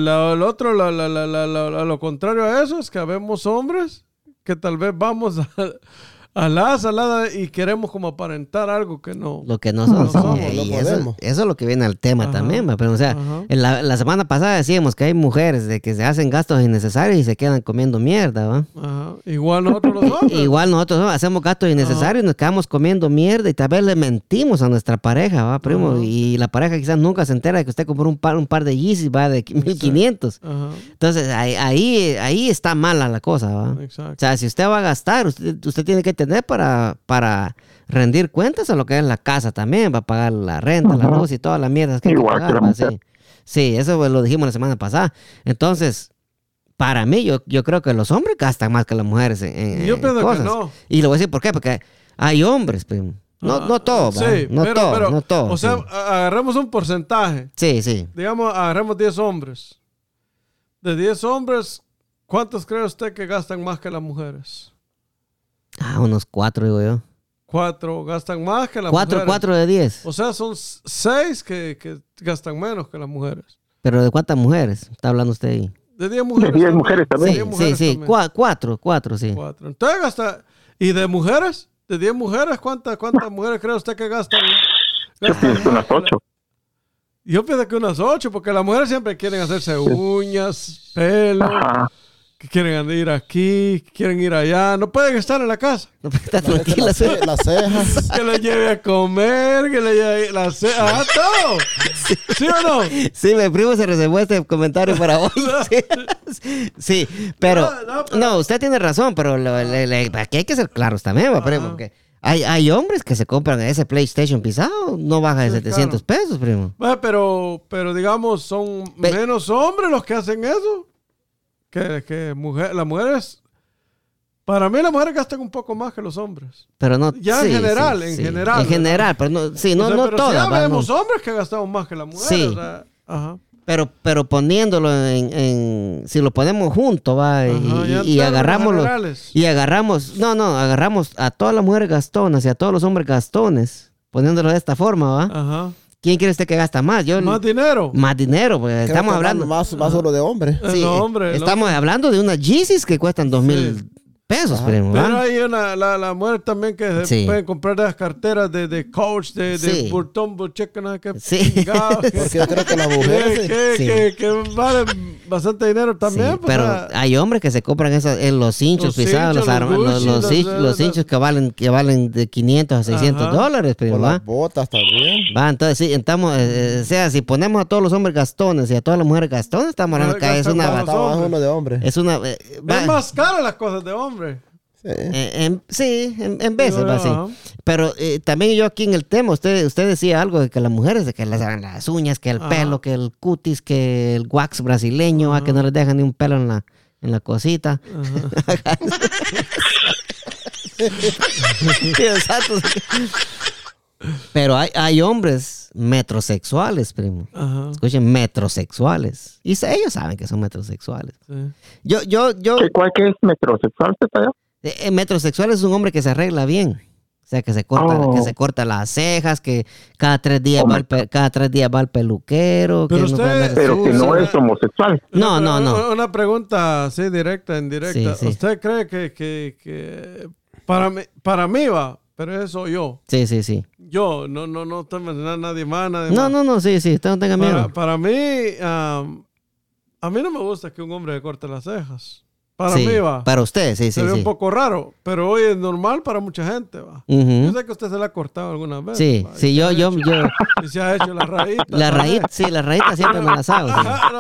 lo contrario a eso es que habemos hombres que tal vez vamos a la salada y queremos como aparentar algo que no. Lo que no somos. Eso es lo que viene al tema también. Pero, o sea, la semana pasada decíamos que hay mujeres de que se hacen gastos innecesarios y se quedan comiendo mierda, ¿va? Igual nosotros los hombres. Igual nosotros hacemos gastos innecesarios y nos quedamos comiendo mierda y tal vez le mentimos a nuestra pareja, ¿va, primo? Y la pareja quizás nunca se entera de que usted compró un par de Yeezys, ¿va? De 1,500. Entonces, ahí está mala la cosa, ¿va? Exacto. O sea, si usted va a gastar, usted tiene que tener para rendir cuentas a lo que es la casa también, va a pagar la renta, la luz y todas las mierdas que hay que pagar. Sí, eso lo dijimos la semana pasada. Entonces, para mí, yo creo que los hombres gastan más que las mujeres en yo pienso cosas. que no. Y le voy a decir por qué, porque hay hombres, primo. No todos, sí, no todos. O sea, sí. agarremos un porcentaje. Sí. Digamos, agarremos 10 hombres. De 10 hombres, ¿cuántos cree usted que gastan más que las mujeres? Unos 4, digo yo. 4 gastan más que las mujeres. 4 de 10. O sea, son 6 que gastan menos que las mujeres. ¿Pero de cuántas mujeres está hablando usted ahí? De 10 mujeres. De 10 mujeres también. Sí. 4, sí. 4. Entonces gasta. ¿Y de mujeres? De 10 mujeres, ¿cuántas mujeres cree usted que gastan? Yo pienso unas 8. Yo pienso que unas 8, porque las mujeres siempre quieren hacerse uñas, pelo. Que quieren ir aquí, que quieren ir allá. No pueden estar en la casa. No pueden estar tranquilas. Las cejas. Que le lleve a comer, que le lleve las cejas. todo. ¿Sí o no? Sí, mi primo se reservó este comentario para hoy. Sí, pero... No, usted tiene razón, pero aquí hay que ser claros también, primo. Porque hay hombres que se compran ese PlayStation pisado, no baja de $700, primo. Pero digamos, son menos hombres los que hacen eso. Las mujeres, para mí las mujeres gastan un poco más que los hombres. Pero no, en general. En general, pero no, sí, no, pero todas. Sí, vemos hombres que gastamos más que las mujeres. Sí. O sea, Pero poniéndolo si lo ponemos juntos, va, y agarramos agarramos a todas las mujeres gastonas y a todos los hombres gastones, poniéndolo de esta forma, va. Ajá. ¿Quién quiere usted que gasta más? Más dinero. Más dinero, pues estamos hablando. Más solo de hombres. Sí, estamos hablando de unas Yeezys que cuestan $2,000, primo. Pero hay la mujer también que pueden comprar las carteras de Coach, de Burton, Bucheca, que porque yo creo que las mujeres que valen bastante dinero también. Sí, pero hay hombres que se compran los cinchos pisados, los cinchos que valen de $500 a $600, primo. Las botas también. Va, entonces sí, estamos, o sea, si ponemos a todos los hombres gastones y a todas las mujeres gastones, estamos hablando que es una uno de hombres. Es más caro las cosas de hombre. Sí, en veces va así. Pero también yo aquí en el tema, usted decía algo de que las mujeres, de que les hagan las uñas, que el pelo, que el cutis, que el wax brasileño, que no les dejan ni un pelo en la cosita. Exacto. Pero hay hombres metrosexuales, primo. Escuchen, metrosexuales. Y ellos saben que son metrosexuales. Sí. ¿Qué es metrosexual? Metrosexual es un hombre que se arregla bien. O sea, que se corta las cejas, que cada 3 días va al peluquero. Pero que no es homosexual. No. Una pregunta así directa, indirecta. Sí. ¿Usted cree que para mí va? Pero eso yo. Sí. Yo, no estoy mencionando a nadie más. No, sí, usted no tenga miedo. Para mí, a mí no me gusta que un hombre le corte las cejas. Para mí va. Para usted, sí. Se ve un poco raro, pero hoy es normal para mucha gente, va. Yo sé que usted se la ha cortado alguna vez. Sí, va, sí, yo. Y se ha hecho la rayita. La rayita siempre me la sabe.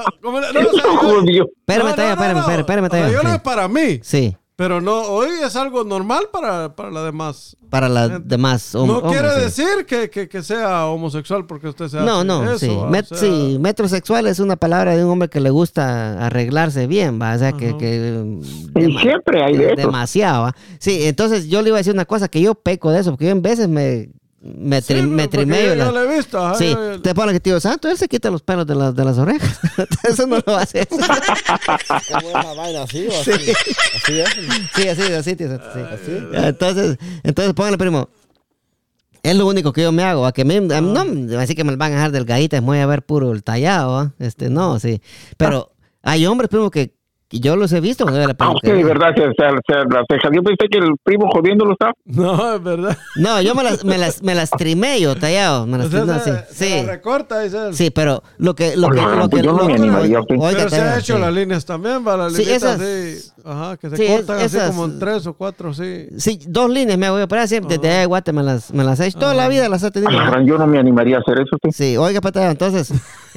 Espérame. Yo no es para mí. Sí. Pero no, hoy es algo normal para la demás. Para las demás no quiere decir que sea homosexual porque usted sea eso, sí. Metrosexual es una palabra de un hombre que le gusta arreglarse bien, ¿va? O sea, y siempre hay de eso. Demasiado, ¿va? Sí, entonces yo le iba a decir una cosa, que yo peco de eso, porque yo en veces me trimeo. Yo lo he visto. Sí, te pone que tío Santo, él se quita los pelos de las orejas. Eso no lo hace. ¿Qué buena vaina así o así? ¿Así es? Sí, tío Santo. Sí. Entonces póngale, primo. Es lo único que yo me hago. Que no, así que me van a dejar delgaditas, voy a ver puro el tallado. No, sí. Pero hay hombres, primo, que yo los he visto. De verdad, las cejas. Yo pensé que el primo jodiéndolo estaba. No, es verdad. No, yo me las trimeo, tallado. Me las trimeo así. Se recorta, dice. Sí, pero lo que yo no me animaría. Pero se ha hecho las líneas también, va, las líneas así. Ajá, que se cortan así como en 3 o 4, sí. Sí, 2 líneas me voy a operar siempre. Desde allá de Guate me las he hecho. Toda la vida las he tenido. Yo no me animaría a hacer eso. Sí, oiga, patado, entonces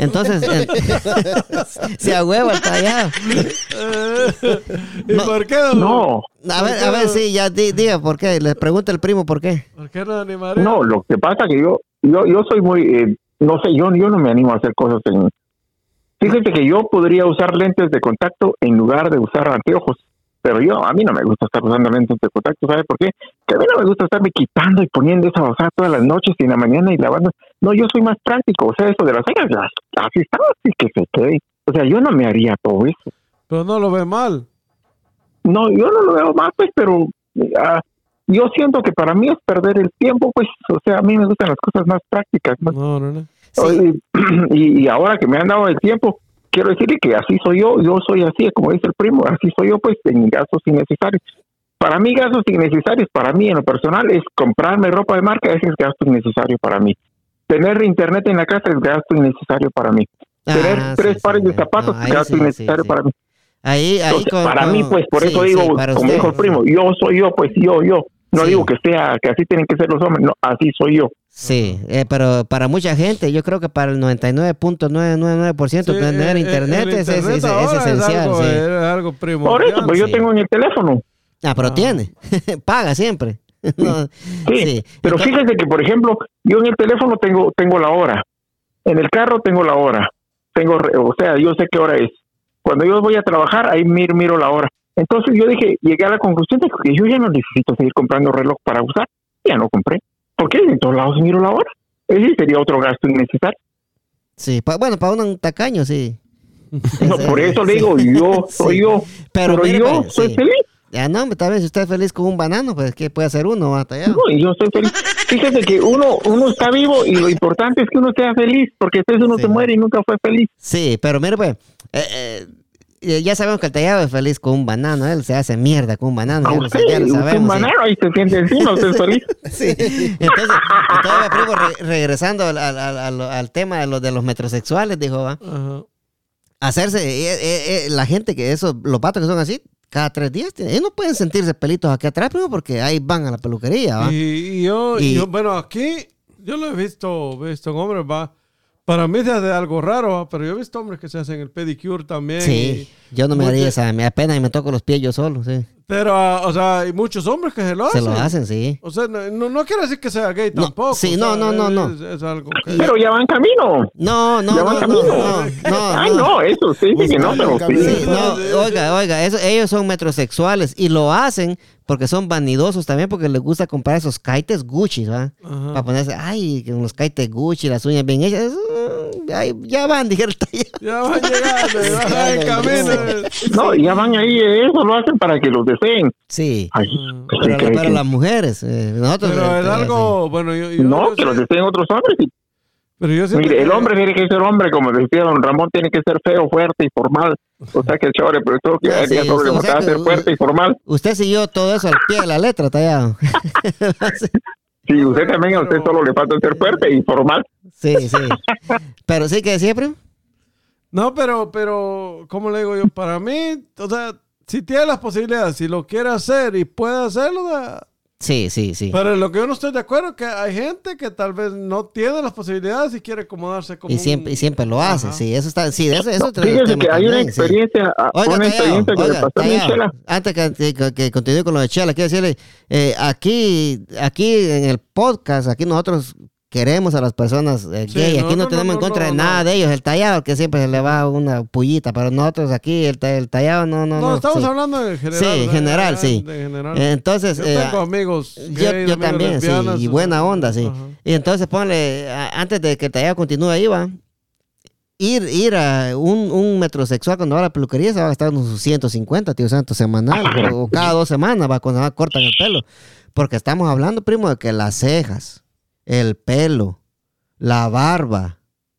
se ahueva el tallado. ¿Y por qué? No. A ver, sí, ya diga por qué. Le pregunta el primo por qué. ¿Por qué no animaría? No, lo que pasa que yo soy muy, no sé, yo no me animo a hacer cosas en... Fíjate que yo podría usar lentes de contacto en lugar de usar anteojos, pero a mí no me gusta estar usando lentes de contacto, ¿sabes por qué? Que a mí no me gusta estarme quitando y poniendo esa bozada todas las noches y en la mañana y lavando. No, yo soy más práctico, o sea, eso de las cejas, así está, así que se quede. O sea, yo no me haría todo eso. Pero no lo ve mal. No, yo no lo veo mal, pues, pero yo siento que para mí es perder el tiempo, pues, o sea, a mí me gustan las cosas más prácticas, ¿no? No. Sí. Y ahora que me han dado el tiempo, quiero decirle que así soy yo soy así, como dice el primo, así soy yo, pues, en gastos innecesarios. Para mí, gastos innecesarios, para mí, en lo personal, es comprarme ropa de marca, ese es gasto innecesario para mí. Tener internet en la casa es gasto innecesario para mí. Tener 3 pares de zapatos es gasto innecesario para mí. Entonces, para mí, pues, por eso digo, como dijo el primo, yo soy yo, pues, yo. No digo que así tienen que ser los hombres, no, así soy yo. Sí, pero para mucha gente, yo creo que para el 99.999% tener internet es esencial. Es algo primordial. Por eso, pues yo tengo en el teléfono. Pero tiene, paga siempre. No, sí, pero fíjese que, por ejemplo, yo en el teléfono tengo la hora, en el carro tengo la hora, o sea, yo sé qué hora es. Cuando yo voy a trabajar, ahí miro la hora. Entonces yo llegué a la conclusión de que yo ya no necesito seguir comprando reloj para usar. Ya no compré. Porque en todos lados miro la hora. Ese sería otro gasto innecesario. Sí, para un tacaño, sí. No, por eso digo, yo soy yo. Pero yo soy feliz. Ya no, tal vez si usted es feliz con un banano, pues ¿qué puede hacer uno hasta allá? No, yo estoy feliz. Fíjate que uno está vivo y lo importante es que uno sea feliz, porque entonces uno se muere y nunca fue feliz. Sí, pero mire pues, ya sabemos que el tallado es feliz con un banano, él se hace mierda con un banano. Ya lo sabemos, un banano ahí se siente encima, usted es feliz. Sí, entonces primo, regresando al tema de los metrosexuales, dijo, ¿va? Uh-huh. Hacerse, la gente los patos que son así, cada 3 días, ellos no pueden sentirse pelitos aquí atrás, primo, porque ahí van a la peluquería, ¿va? Y yo, bueno, aquí, yo lo he visto en hombres, ¿va? Para mí es de algo raro, ¿va? Pero yo he visto hombres que se hacen el pedicure también. Sí. Yo no me haría esa, me apena y me toco los pies yo solo, sí. Pero, o sea, hay muchos hombres que se lo hacen. Se lo hacen, sí. O sea, no quiere decir que sea gay tampoco. Sí, o sea, no. Es algo que... Pero ya va en camino. No. Ay, no, eso sí, que no, pero sí. Sí, no, oiga, ellos son metrosexuales y lo hacen porque son vanidosos también, porque les gusta comprar esos kites Gucci, ¿va? Para ponerse, con los kites Gucci, las uñas bien hechas. Ya van, dijeron. Ya van llegando, ya van en camino. No, ya van ahí, eso lo hacen para que los deseen. Sí. Ay, pero las mujeres, nosotros... Pero es algo, bueno, yo no, que los deseen otros hombres. Pero yo mire, el hombre tiene que ser hombre, como decía don Ramón, tiene que ser feo, fuerte y formal. O sea que el chaval pero todo que haría sobre demostrar ser fuerte y formal. Usted siguió todo eso al pie de la letra, Tallado. Sí, usted también, a usted solo le falta ser fuerte y formal. Sí. Pero sí que decía, primo. No, pero, ¿cómo le digo yo? Para mí, o sea, si tiene las posibilidades, si lo quiere hacer y puede hacerlo, Sí. Pero lo que yo no estoy de acuerdo es que hay gente que tal vez no tiene las posibilidades y quiere acomodarse como y siempre lo hace. Ajá. Sí, eso está, sí, eso fíjese que hay una experiencia, sí. Que le pasó a mi Chela. Antes que continúe con lo de Chela, quiero decirle, aquí en el podcast, aquí nosotros queremos a las personas gay. Aquí no tenemos en contra de nada de ellos. El Tallado, que siempre se le va una pullita, pero nosotros aquí, el Tallado, no. No, estamos hablando en general. Sí, en general, sí. Entonces, yo tengo amigos gays, yo también, lesbianas, sí, y buena onda, sí. Ajá. Y entonces ponle, antes de que el Tallado continúe ahí, va, ir a un metrosexual cuando va a la peluquería se va a gastar unos 150, tío santo, semanal, o cada 2 semanas, va, cuando cortan el pelo. Porque estamos hablando, primo, de que las cejas, el pelo, la barba,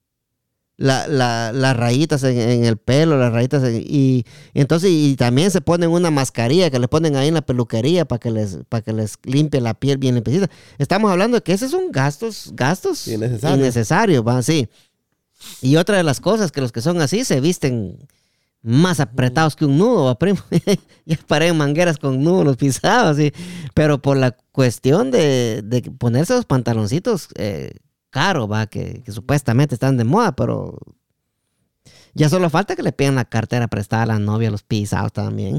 las rayitas en el pelo, las rayitas y entonces y también se ponen una mascarilla que le ponen ahí en la peluquería para que les limpie la piel bien limpiecita. Estamos hablando de que esos son gastos innecesarios, ¿va? Sí. Y otra de las cosas que los que son así se visten más apretados que un nudo, ¿va, primo? Ya parecen mangueras con nudos los pisados, sí. Pero por la cuestión de ponerse los pantaloncitos caros, ¿va? Que supuestamente están de moda, pero ya solo falta que le pidan la cartera prestada a la novia, los pisados también.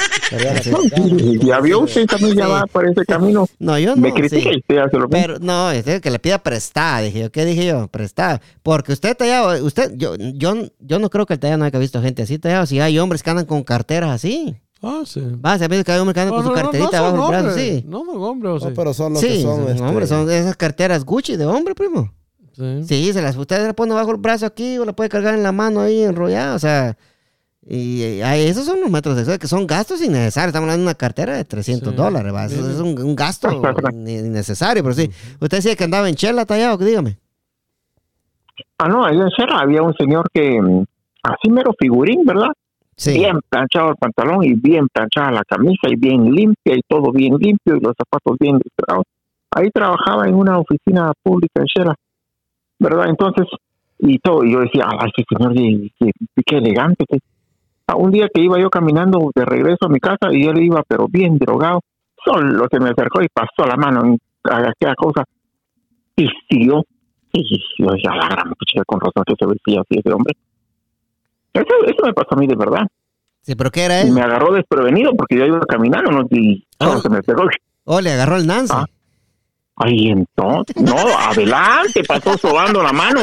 Ya vio usted también ya va por ese camino. No, yo no. Me critica y usted hace lo mismo. Pero no, que le pida prestada, dije yo. ¿Qué dije yo? Prestada. Porque usted Tallado, yo no creo que el Tallado no haya visto gente así, Tallado. Si hay hombres que andan con carteras así. Ah, sí. Va, se ha visto que hay hombres que andan con su carterita abajo el brazo, sí. No son hombres, o sí. No, pero son los que son hombres, son esas carteras Gucci de hombre, primo. Sí, usted se la pone bajo el brazo aquí o la puede cargar en la mano ahí enrollada, o sea. Y esos son los metrosexuales que son gastos innecesarios. Estamos hablando de una cartera de $300, ¿va? Eso es un gasto innecesario, pero sí. Usted decía que andaba en Chela, Tallado, dígame. No, ahí en Chela había un señor que así mero figurín, ¿verdad? Sí. Bien planchado el pantalón y bien planchada la camisa y bien limpia y todo bien limpio y los zapatos bien listrados. Ahí trabajaba en una oficina pública en Chela, ¿verdad? Entonces, y todo, y yo decía, ay, ese señor, qué elegante, un día que iba yo caminando de regreso a mi casa y él iba pero bien drogado, solo se me acercó y pasó la mano en aquella cosa y siguió. Y yo decía, la gran pucha, con razón que se vestía así ese hombre. Eso me pasó a mí de verdad. Sí, pero ¿qué era él? Y me agarró desprevenido porque yo iba caminando, ¿no? Y solo se me acercó. Le agarró el Nancy. Ay, entonces, no, adelante, pasó sobando la mano.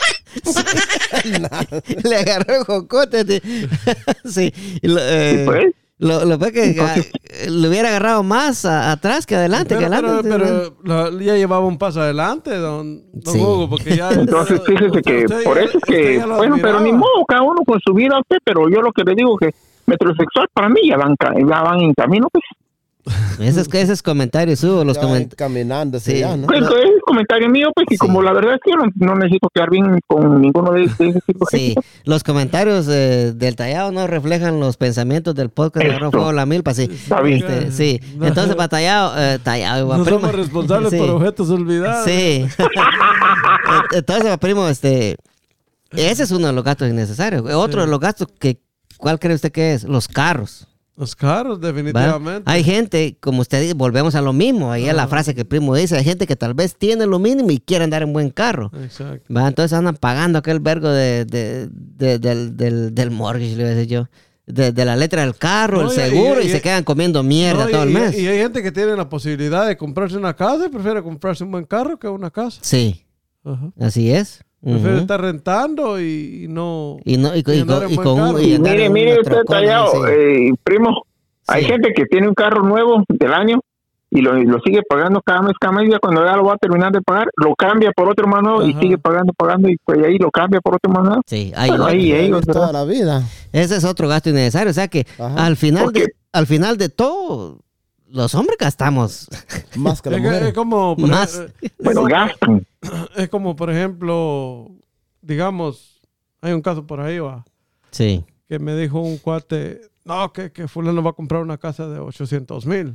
Le agarró el jocote. Sí. Pues. Lo que le hubiera agarrado más atrás que adelante. Pero ya llevaba un paso adelante, don Hugo, porque ya... Entonces, fíjese que por eso es que... Bueno, pero ni modo, cada uno con su vida, pero yo lo que le digo que metrosexual para mí ya van en camino, pues. Esos comentarios, Hugo, los caminando, sí. Ya, ¿no? Pues es comentario mío, pues, y como la verdad es que yo no necesito quedar bien con ninguno de ese tipo de gente. Los comentarios del Tallado no reflejan los pensamientos del podcast de Fuego La Milpa, sí. Está bien. Sí, entonces para Tallado no somos responsables por objetos olvidados. Sí. Entonces, primo, ese es uno de los gastos innecesarios. Otro de los gastos ¿cuál cree usted que es? Los carros. Los carros, definitivamente. Hay gente, como usted dice, volvemos a lo mismo. Ahí es la frase que el primo dice. Hay gente que tal vez tiene lo mínimo y quiere andar en buen carro. Exacto. Entonces andan pagando aquel vergo del mortgage, le voy a decir yo. de la letra del carro, el seguro, y se quedan comiendo mierda todo el mes. Y hay gente que tiene la posibilidad de comprarse una casa y prefiere comprarse un buen carro que una casa. Sí, así es. Prefiere estar rentando y no... Mire, usted Tallado, primo, hay gente que tiene un carro nuevo del año y lo sigue pagando cada mes, ya cuando ya lo va a terminar de pagar, lo cambia por otro más nuevo y sigue pagando, y pues ahí lo cambia por otro más nuevo. Sí, ahí toda la vida. Ese es otro gasto innecesario, o sea que al final de todo, los hombres gastamos más que las mujeres. Es como, gastan. Es como, por ejemplo, digamos, hay un caso por ahí, sí, que me dijo un cuate, no, que fulano va a comprar una casa de 800,000,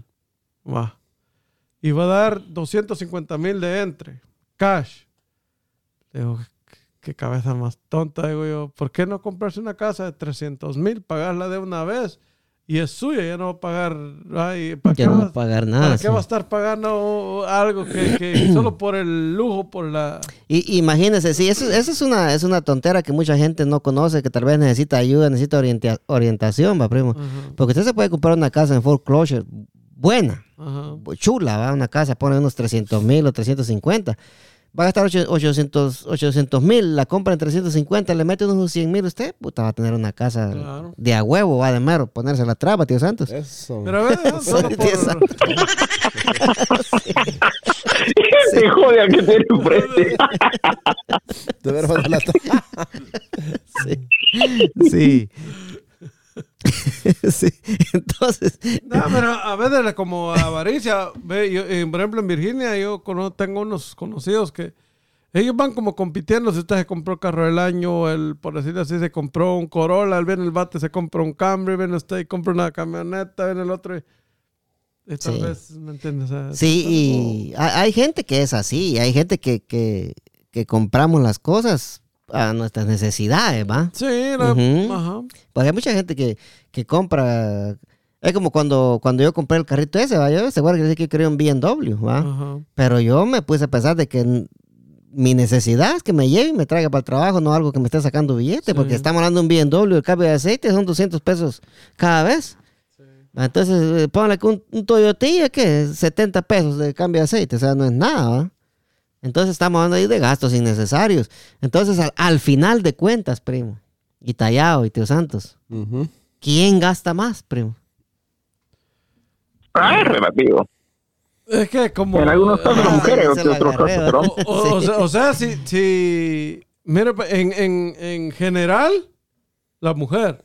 y va a dar 250,000 de entre, cash. Digo, qué cabeza más tonta, digo yo. ¿Por qué no comprarse una casa de 300,000, pagarla de una vez? Y es suya, ya no va a pagar. Ya no va a pagar nada. ¿Para qué va a estar pagando algo que solo por el lujo, por la... Y imagínense, sí, eso es una tontera que mucha gente no conoce, que tal vez necesita ayuda, necesita orientación, primo. Porque usted se puede comprar una casa en foreclosure buena, chula, una casa, pone unos 300,000 o 350. Va a gastar 800,000, la compra en 350, le mete unos 100,000 usted, puta, va a tener una casa de a huevo, va de mero, ponerse la traba, tío Santos. Eso. Pero a ver, solo por... Se jode a que tiene enfrente. De ver la sí. Sí, entonces... No, pero a veces como avaricia, por ejemplo en Virginia yo tengo unos conocidos que ellos van como compitiendo. Si usted se compró carro del año, por decirlo así, se compró un Corolla, viene el bate, se compró un Camry, viene usted y compra una camioneta, viene el otro y tal vez, ¿me entiendes? O sea, sí, y hay gente que es así, hay gente que compramos las cosas a nuestras necesidades, ¿va? Sí, Porque hay mucha gente que compra. Es como cuando yo compré el carrito ese, ¿va? Yo seguro que yo quería un BMW, ¿va? Pero yo me puse a pensar de que mi necesidad es que me lleve y me traiga para el trabajo, no algo que me esté sacando billete, porque estamos hablando de un BMW, el cambio de aceite son 200 pesos cada vez. Sí. Entonces, póngale que un Toyotilla, que 70 pesos de cambio de aceite, o sea, no es nada, ¿va? Entonces estamos hablando ahí de gastos innecesarios. Entonces, al final de cuentas, primo, y Tallado y tío Santos, ¿quién gasta más, primo? Es relativo. Es que como... En algunos casos las mujeres, en otros casos, o sea, si mira, en general, la mujer.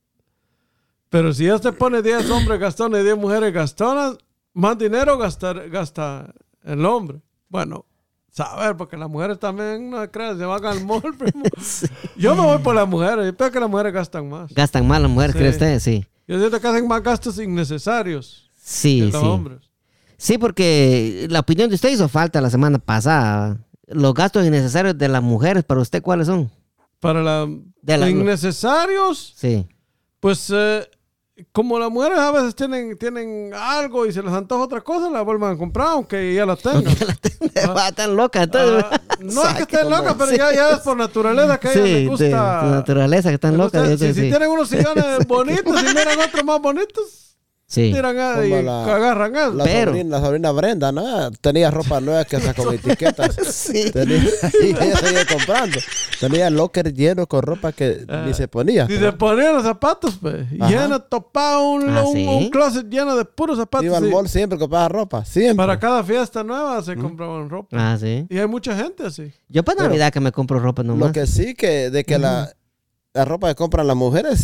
Pero si ya se pone 10 hombres gastones y 10 mujeres gastonas, más dinero gasta el hombre. Bueno, saber, porque las mujeres también, no creas, se van al mall, primo. Sí. Yo me voy por las mujeres. Yo creo que las mujeres gastan más. Gastan más las mujeres, ¿cree usted? Sí. Yo siento que hacen más gastos innecesarios que los hombres. Sí, porque la opinión de usted hizo falta la semana pasada. Los gastos innecesarios de las mujeres, ¿para usted cuáles son? Para innecesarios, sí. Pues como las mujeres a veces tienen algo y se les antoja otra cosa, la vuelven a comprar, aunque ya la tengan. Están locas. Entonces, no es que estén locas, pero ya es por naturaleza que a ellas les gusta. Por naturaleza que están locas. Si tienen unos sillones bonitos y miran otros más bonitos, tiran y agarran eso. La sobrina Brenda, ¿no? Tenía ropa nueva que hasta con etiquetas. Sí. Y ella seguía comprando. Tenía el locker lleno con ropa que ni se ponía. Ni se ponían los zapatos, pues. Lleno, topado, un closet lleno de puros zapatos. Iba al mall siempre, compraba ropa. Siempre. Para cada fiesta nueva se compraban ropa. Sí. Y hay mucha gente así. Yo para Navidad que me compro ropa nomás. Lo que sí, que la ropa que compran las mujeres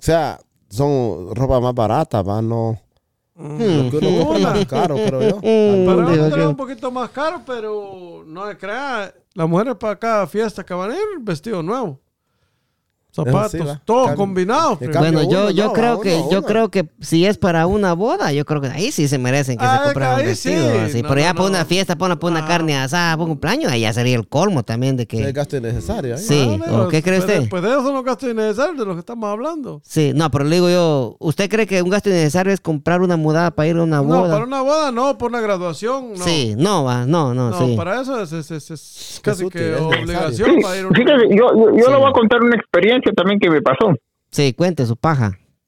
son ropa más barata, ¿va? No. Lo que uno compra más caro, creo yo. Para nosotros es un poquito más caro, pero no se crea. Las mujeres para cada fiesta que van a ir, vestido nuevo. Zapatos, todos combinados. Bueno, yo creo que si es para una boda, yo creo que ahí sí se merecen que se compren un vestido. Así. Pero ya para una fiesta, para una carne asada, para un cumpleaños, ahí ya sería el colmo también de que... Es gasto innecesario. Sí, ¿o qué cree usted? Pues de esos son los gastos innecesarios de los que estamos hablando. Sí, no, pero le digo yo, ¿usted cree que un gasto innecesario es comprar una mudada para ir a una boda? No, para una boda no, por una graduación no. Sí, no, sí. Para eso es casi que obligación para ir a una... Fíjate, yo le voy a contar una experiencia también que me pasó. Sí, cuente su paja.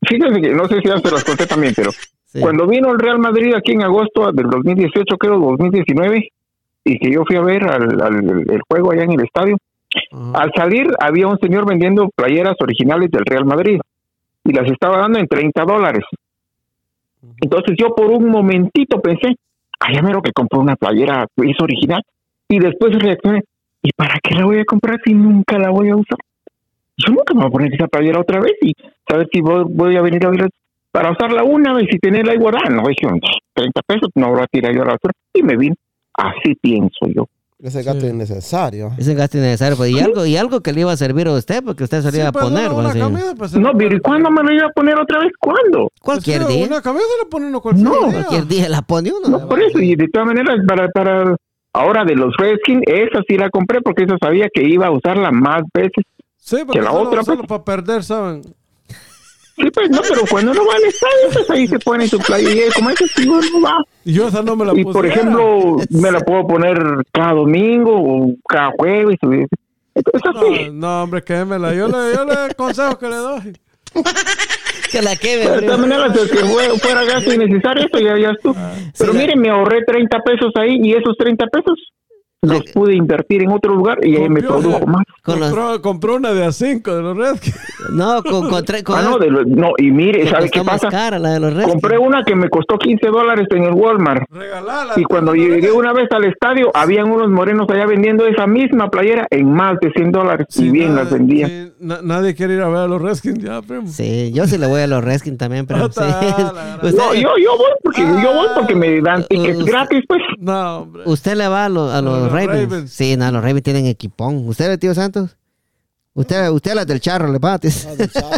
fíjense que no sé si ya se las conté también, pero cuando vino el Real Madrid aquí en agosto del 2018, creo 2019, y que yo fui a ver el juego allá en el estadio, al salir había un señor vendiendo playeras originales del Real Madrid y las estaba dando en $30. Entonces yo por un momentito pensé, ya mero que compré una playera, es original, y después reaccioné, ¿y para qué la voy a comprar si nunca la voy a usar? Yo nunca me voy a poner esa playera otra vez y saber si voy a venir a verla para usarla una vez y tenerla ahí guardada. No, dije, $30, no voy a tirar yo a la basura. Y me vine. Así pienso yo. Ese gasto innecesario. Ese gasto innecesario. Pues, y algo que le iba a servir a usted, porque usted se lo iba a poner. No, pero ¿y cuándo me lo iba a poner otra vez? ¿Cuándo? Cualquier día. Una camisa le pone uno cualquier día. Cualquier día la pone uno. No, por eso. Y de todas maneras, para ahora de los Redskins, esa sí la compré porque esa sabía que iba a usarla más veces. Sí, porque que la otra, solo para perder, ¿saben? Sí, pues no, pero cuando uno va al estadio, pues ahí se pone su playa y como ese sí no va. Y yo esa no me la puse. Y por ejemplo, me la puedo poner cada domingo o cada jueves. Entonces, no, hombre, quémela. Yo le aconsejo que le doy. Que la queme. De todas maneras, que fuera gasto innecesario, eso ya estuvo. Pero miren, me ahorré $30 ahí y esos $30 los pude invertir en otro lugar y ahí me produjo más. Compró una de A5 de los Redskins. No, y mire, ¿sabe qué pasa? Cara, la de los Redskins. Compré una que me costó $15 en el Walmart. Regalala. Y cuando llegué una vez al estadio, habían unos morenos allá vendiendo esa misma playera en más de $100 y bien las vendían. Sí, nadie quiere ir a ver a los Redskins ya, primo. Sí, yo sí le voy a los Redskins también, pero sí. No, yo voy porque me dan tickets gratis, pues. No, hombre. Usted le va a los Ravens. Sí, no, los Ravens tienen equipón. ¿Usted, tío Santos? Usted a las del Charro le bates. Del Charro,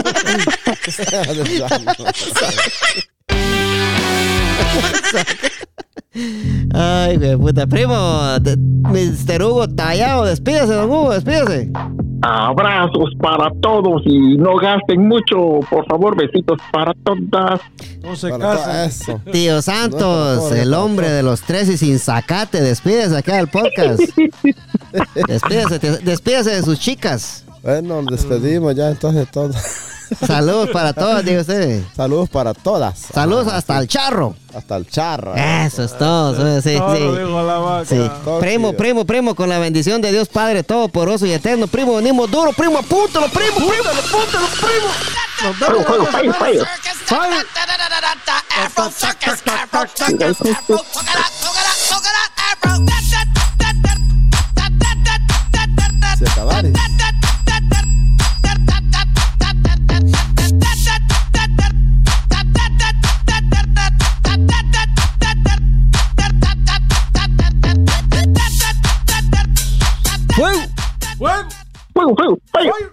Ay, güey, puta. Primo, Mr. Hugo Tallado, despídase, don Hugo, despídase. Abrazos para todos y no gasten mucho, por favor, besitos para todas. No se casen. Tío Santos, el hombre de los 3 y sin zacate, despídese acá del podcast. Despídese de sus chicas. Bueno, nos despedimos ya entonces todos. Saludos para todas, digo usted. Saludos para todas. Saludos hasta el Charro. Hasta el Charro. Eso es todo. Sí. Primo, con la bendición de Dios Padre Todopoderoso y Eterno. Primo, venimos duro. Primo, apúntalo, primo. Nos vemos. Fire. Se acabaron. Fuego.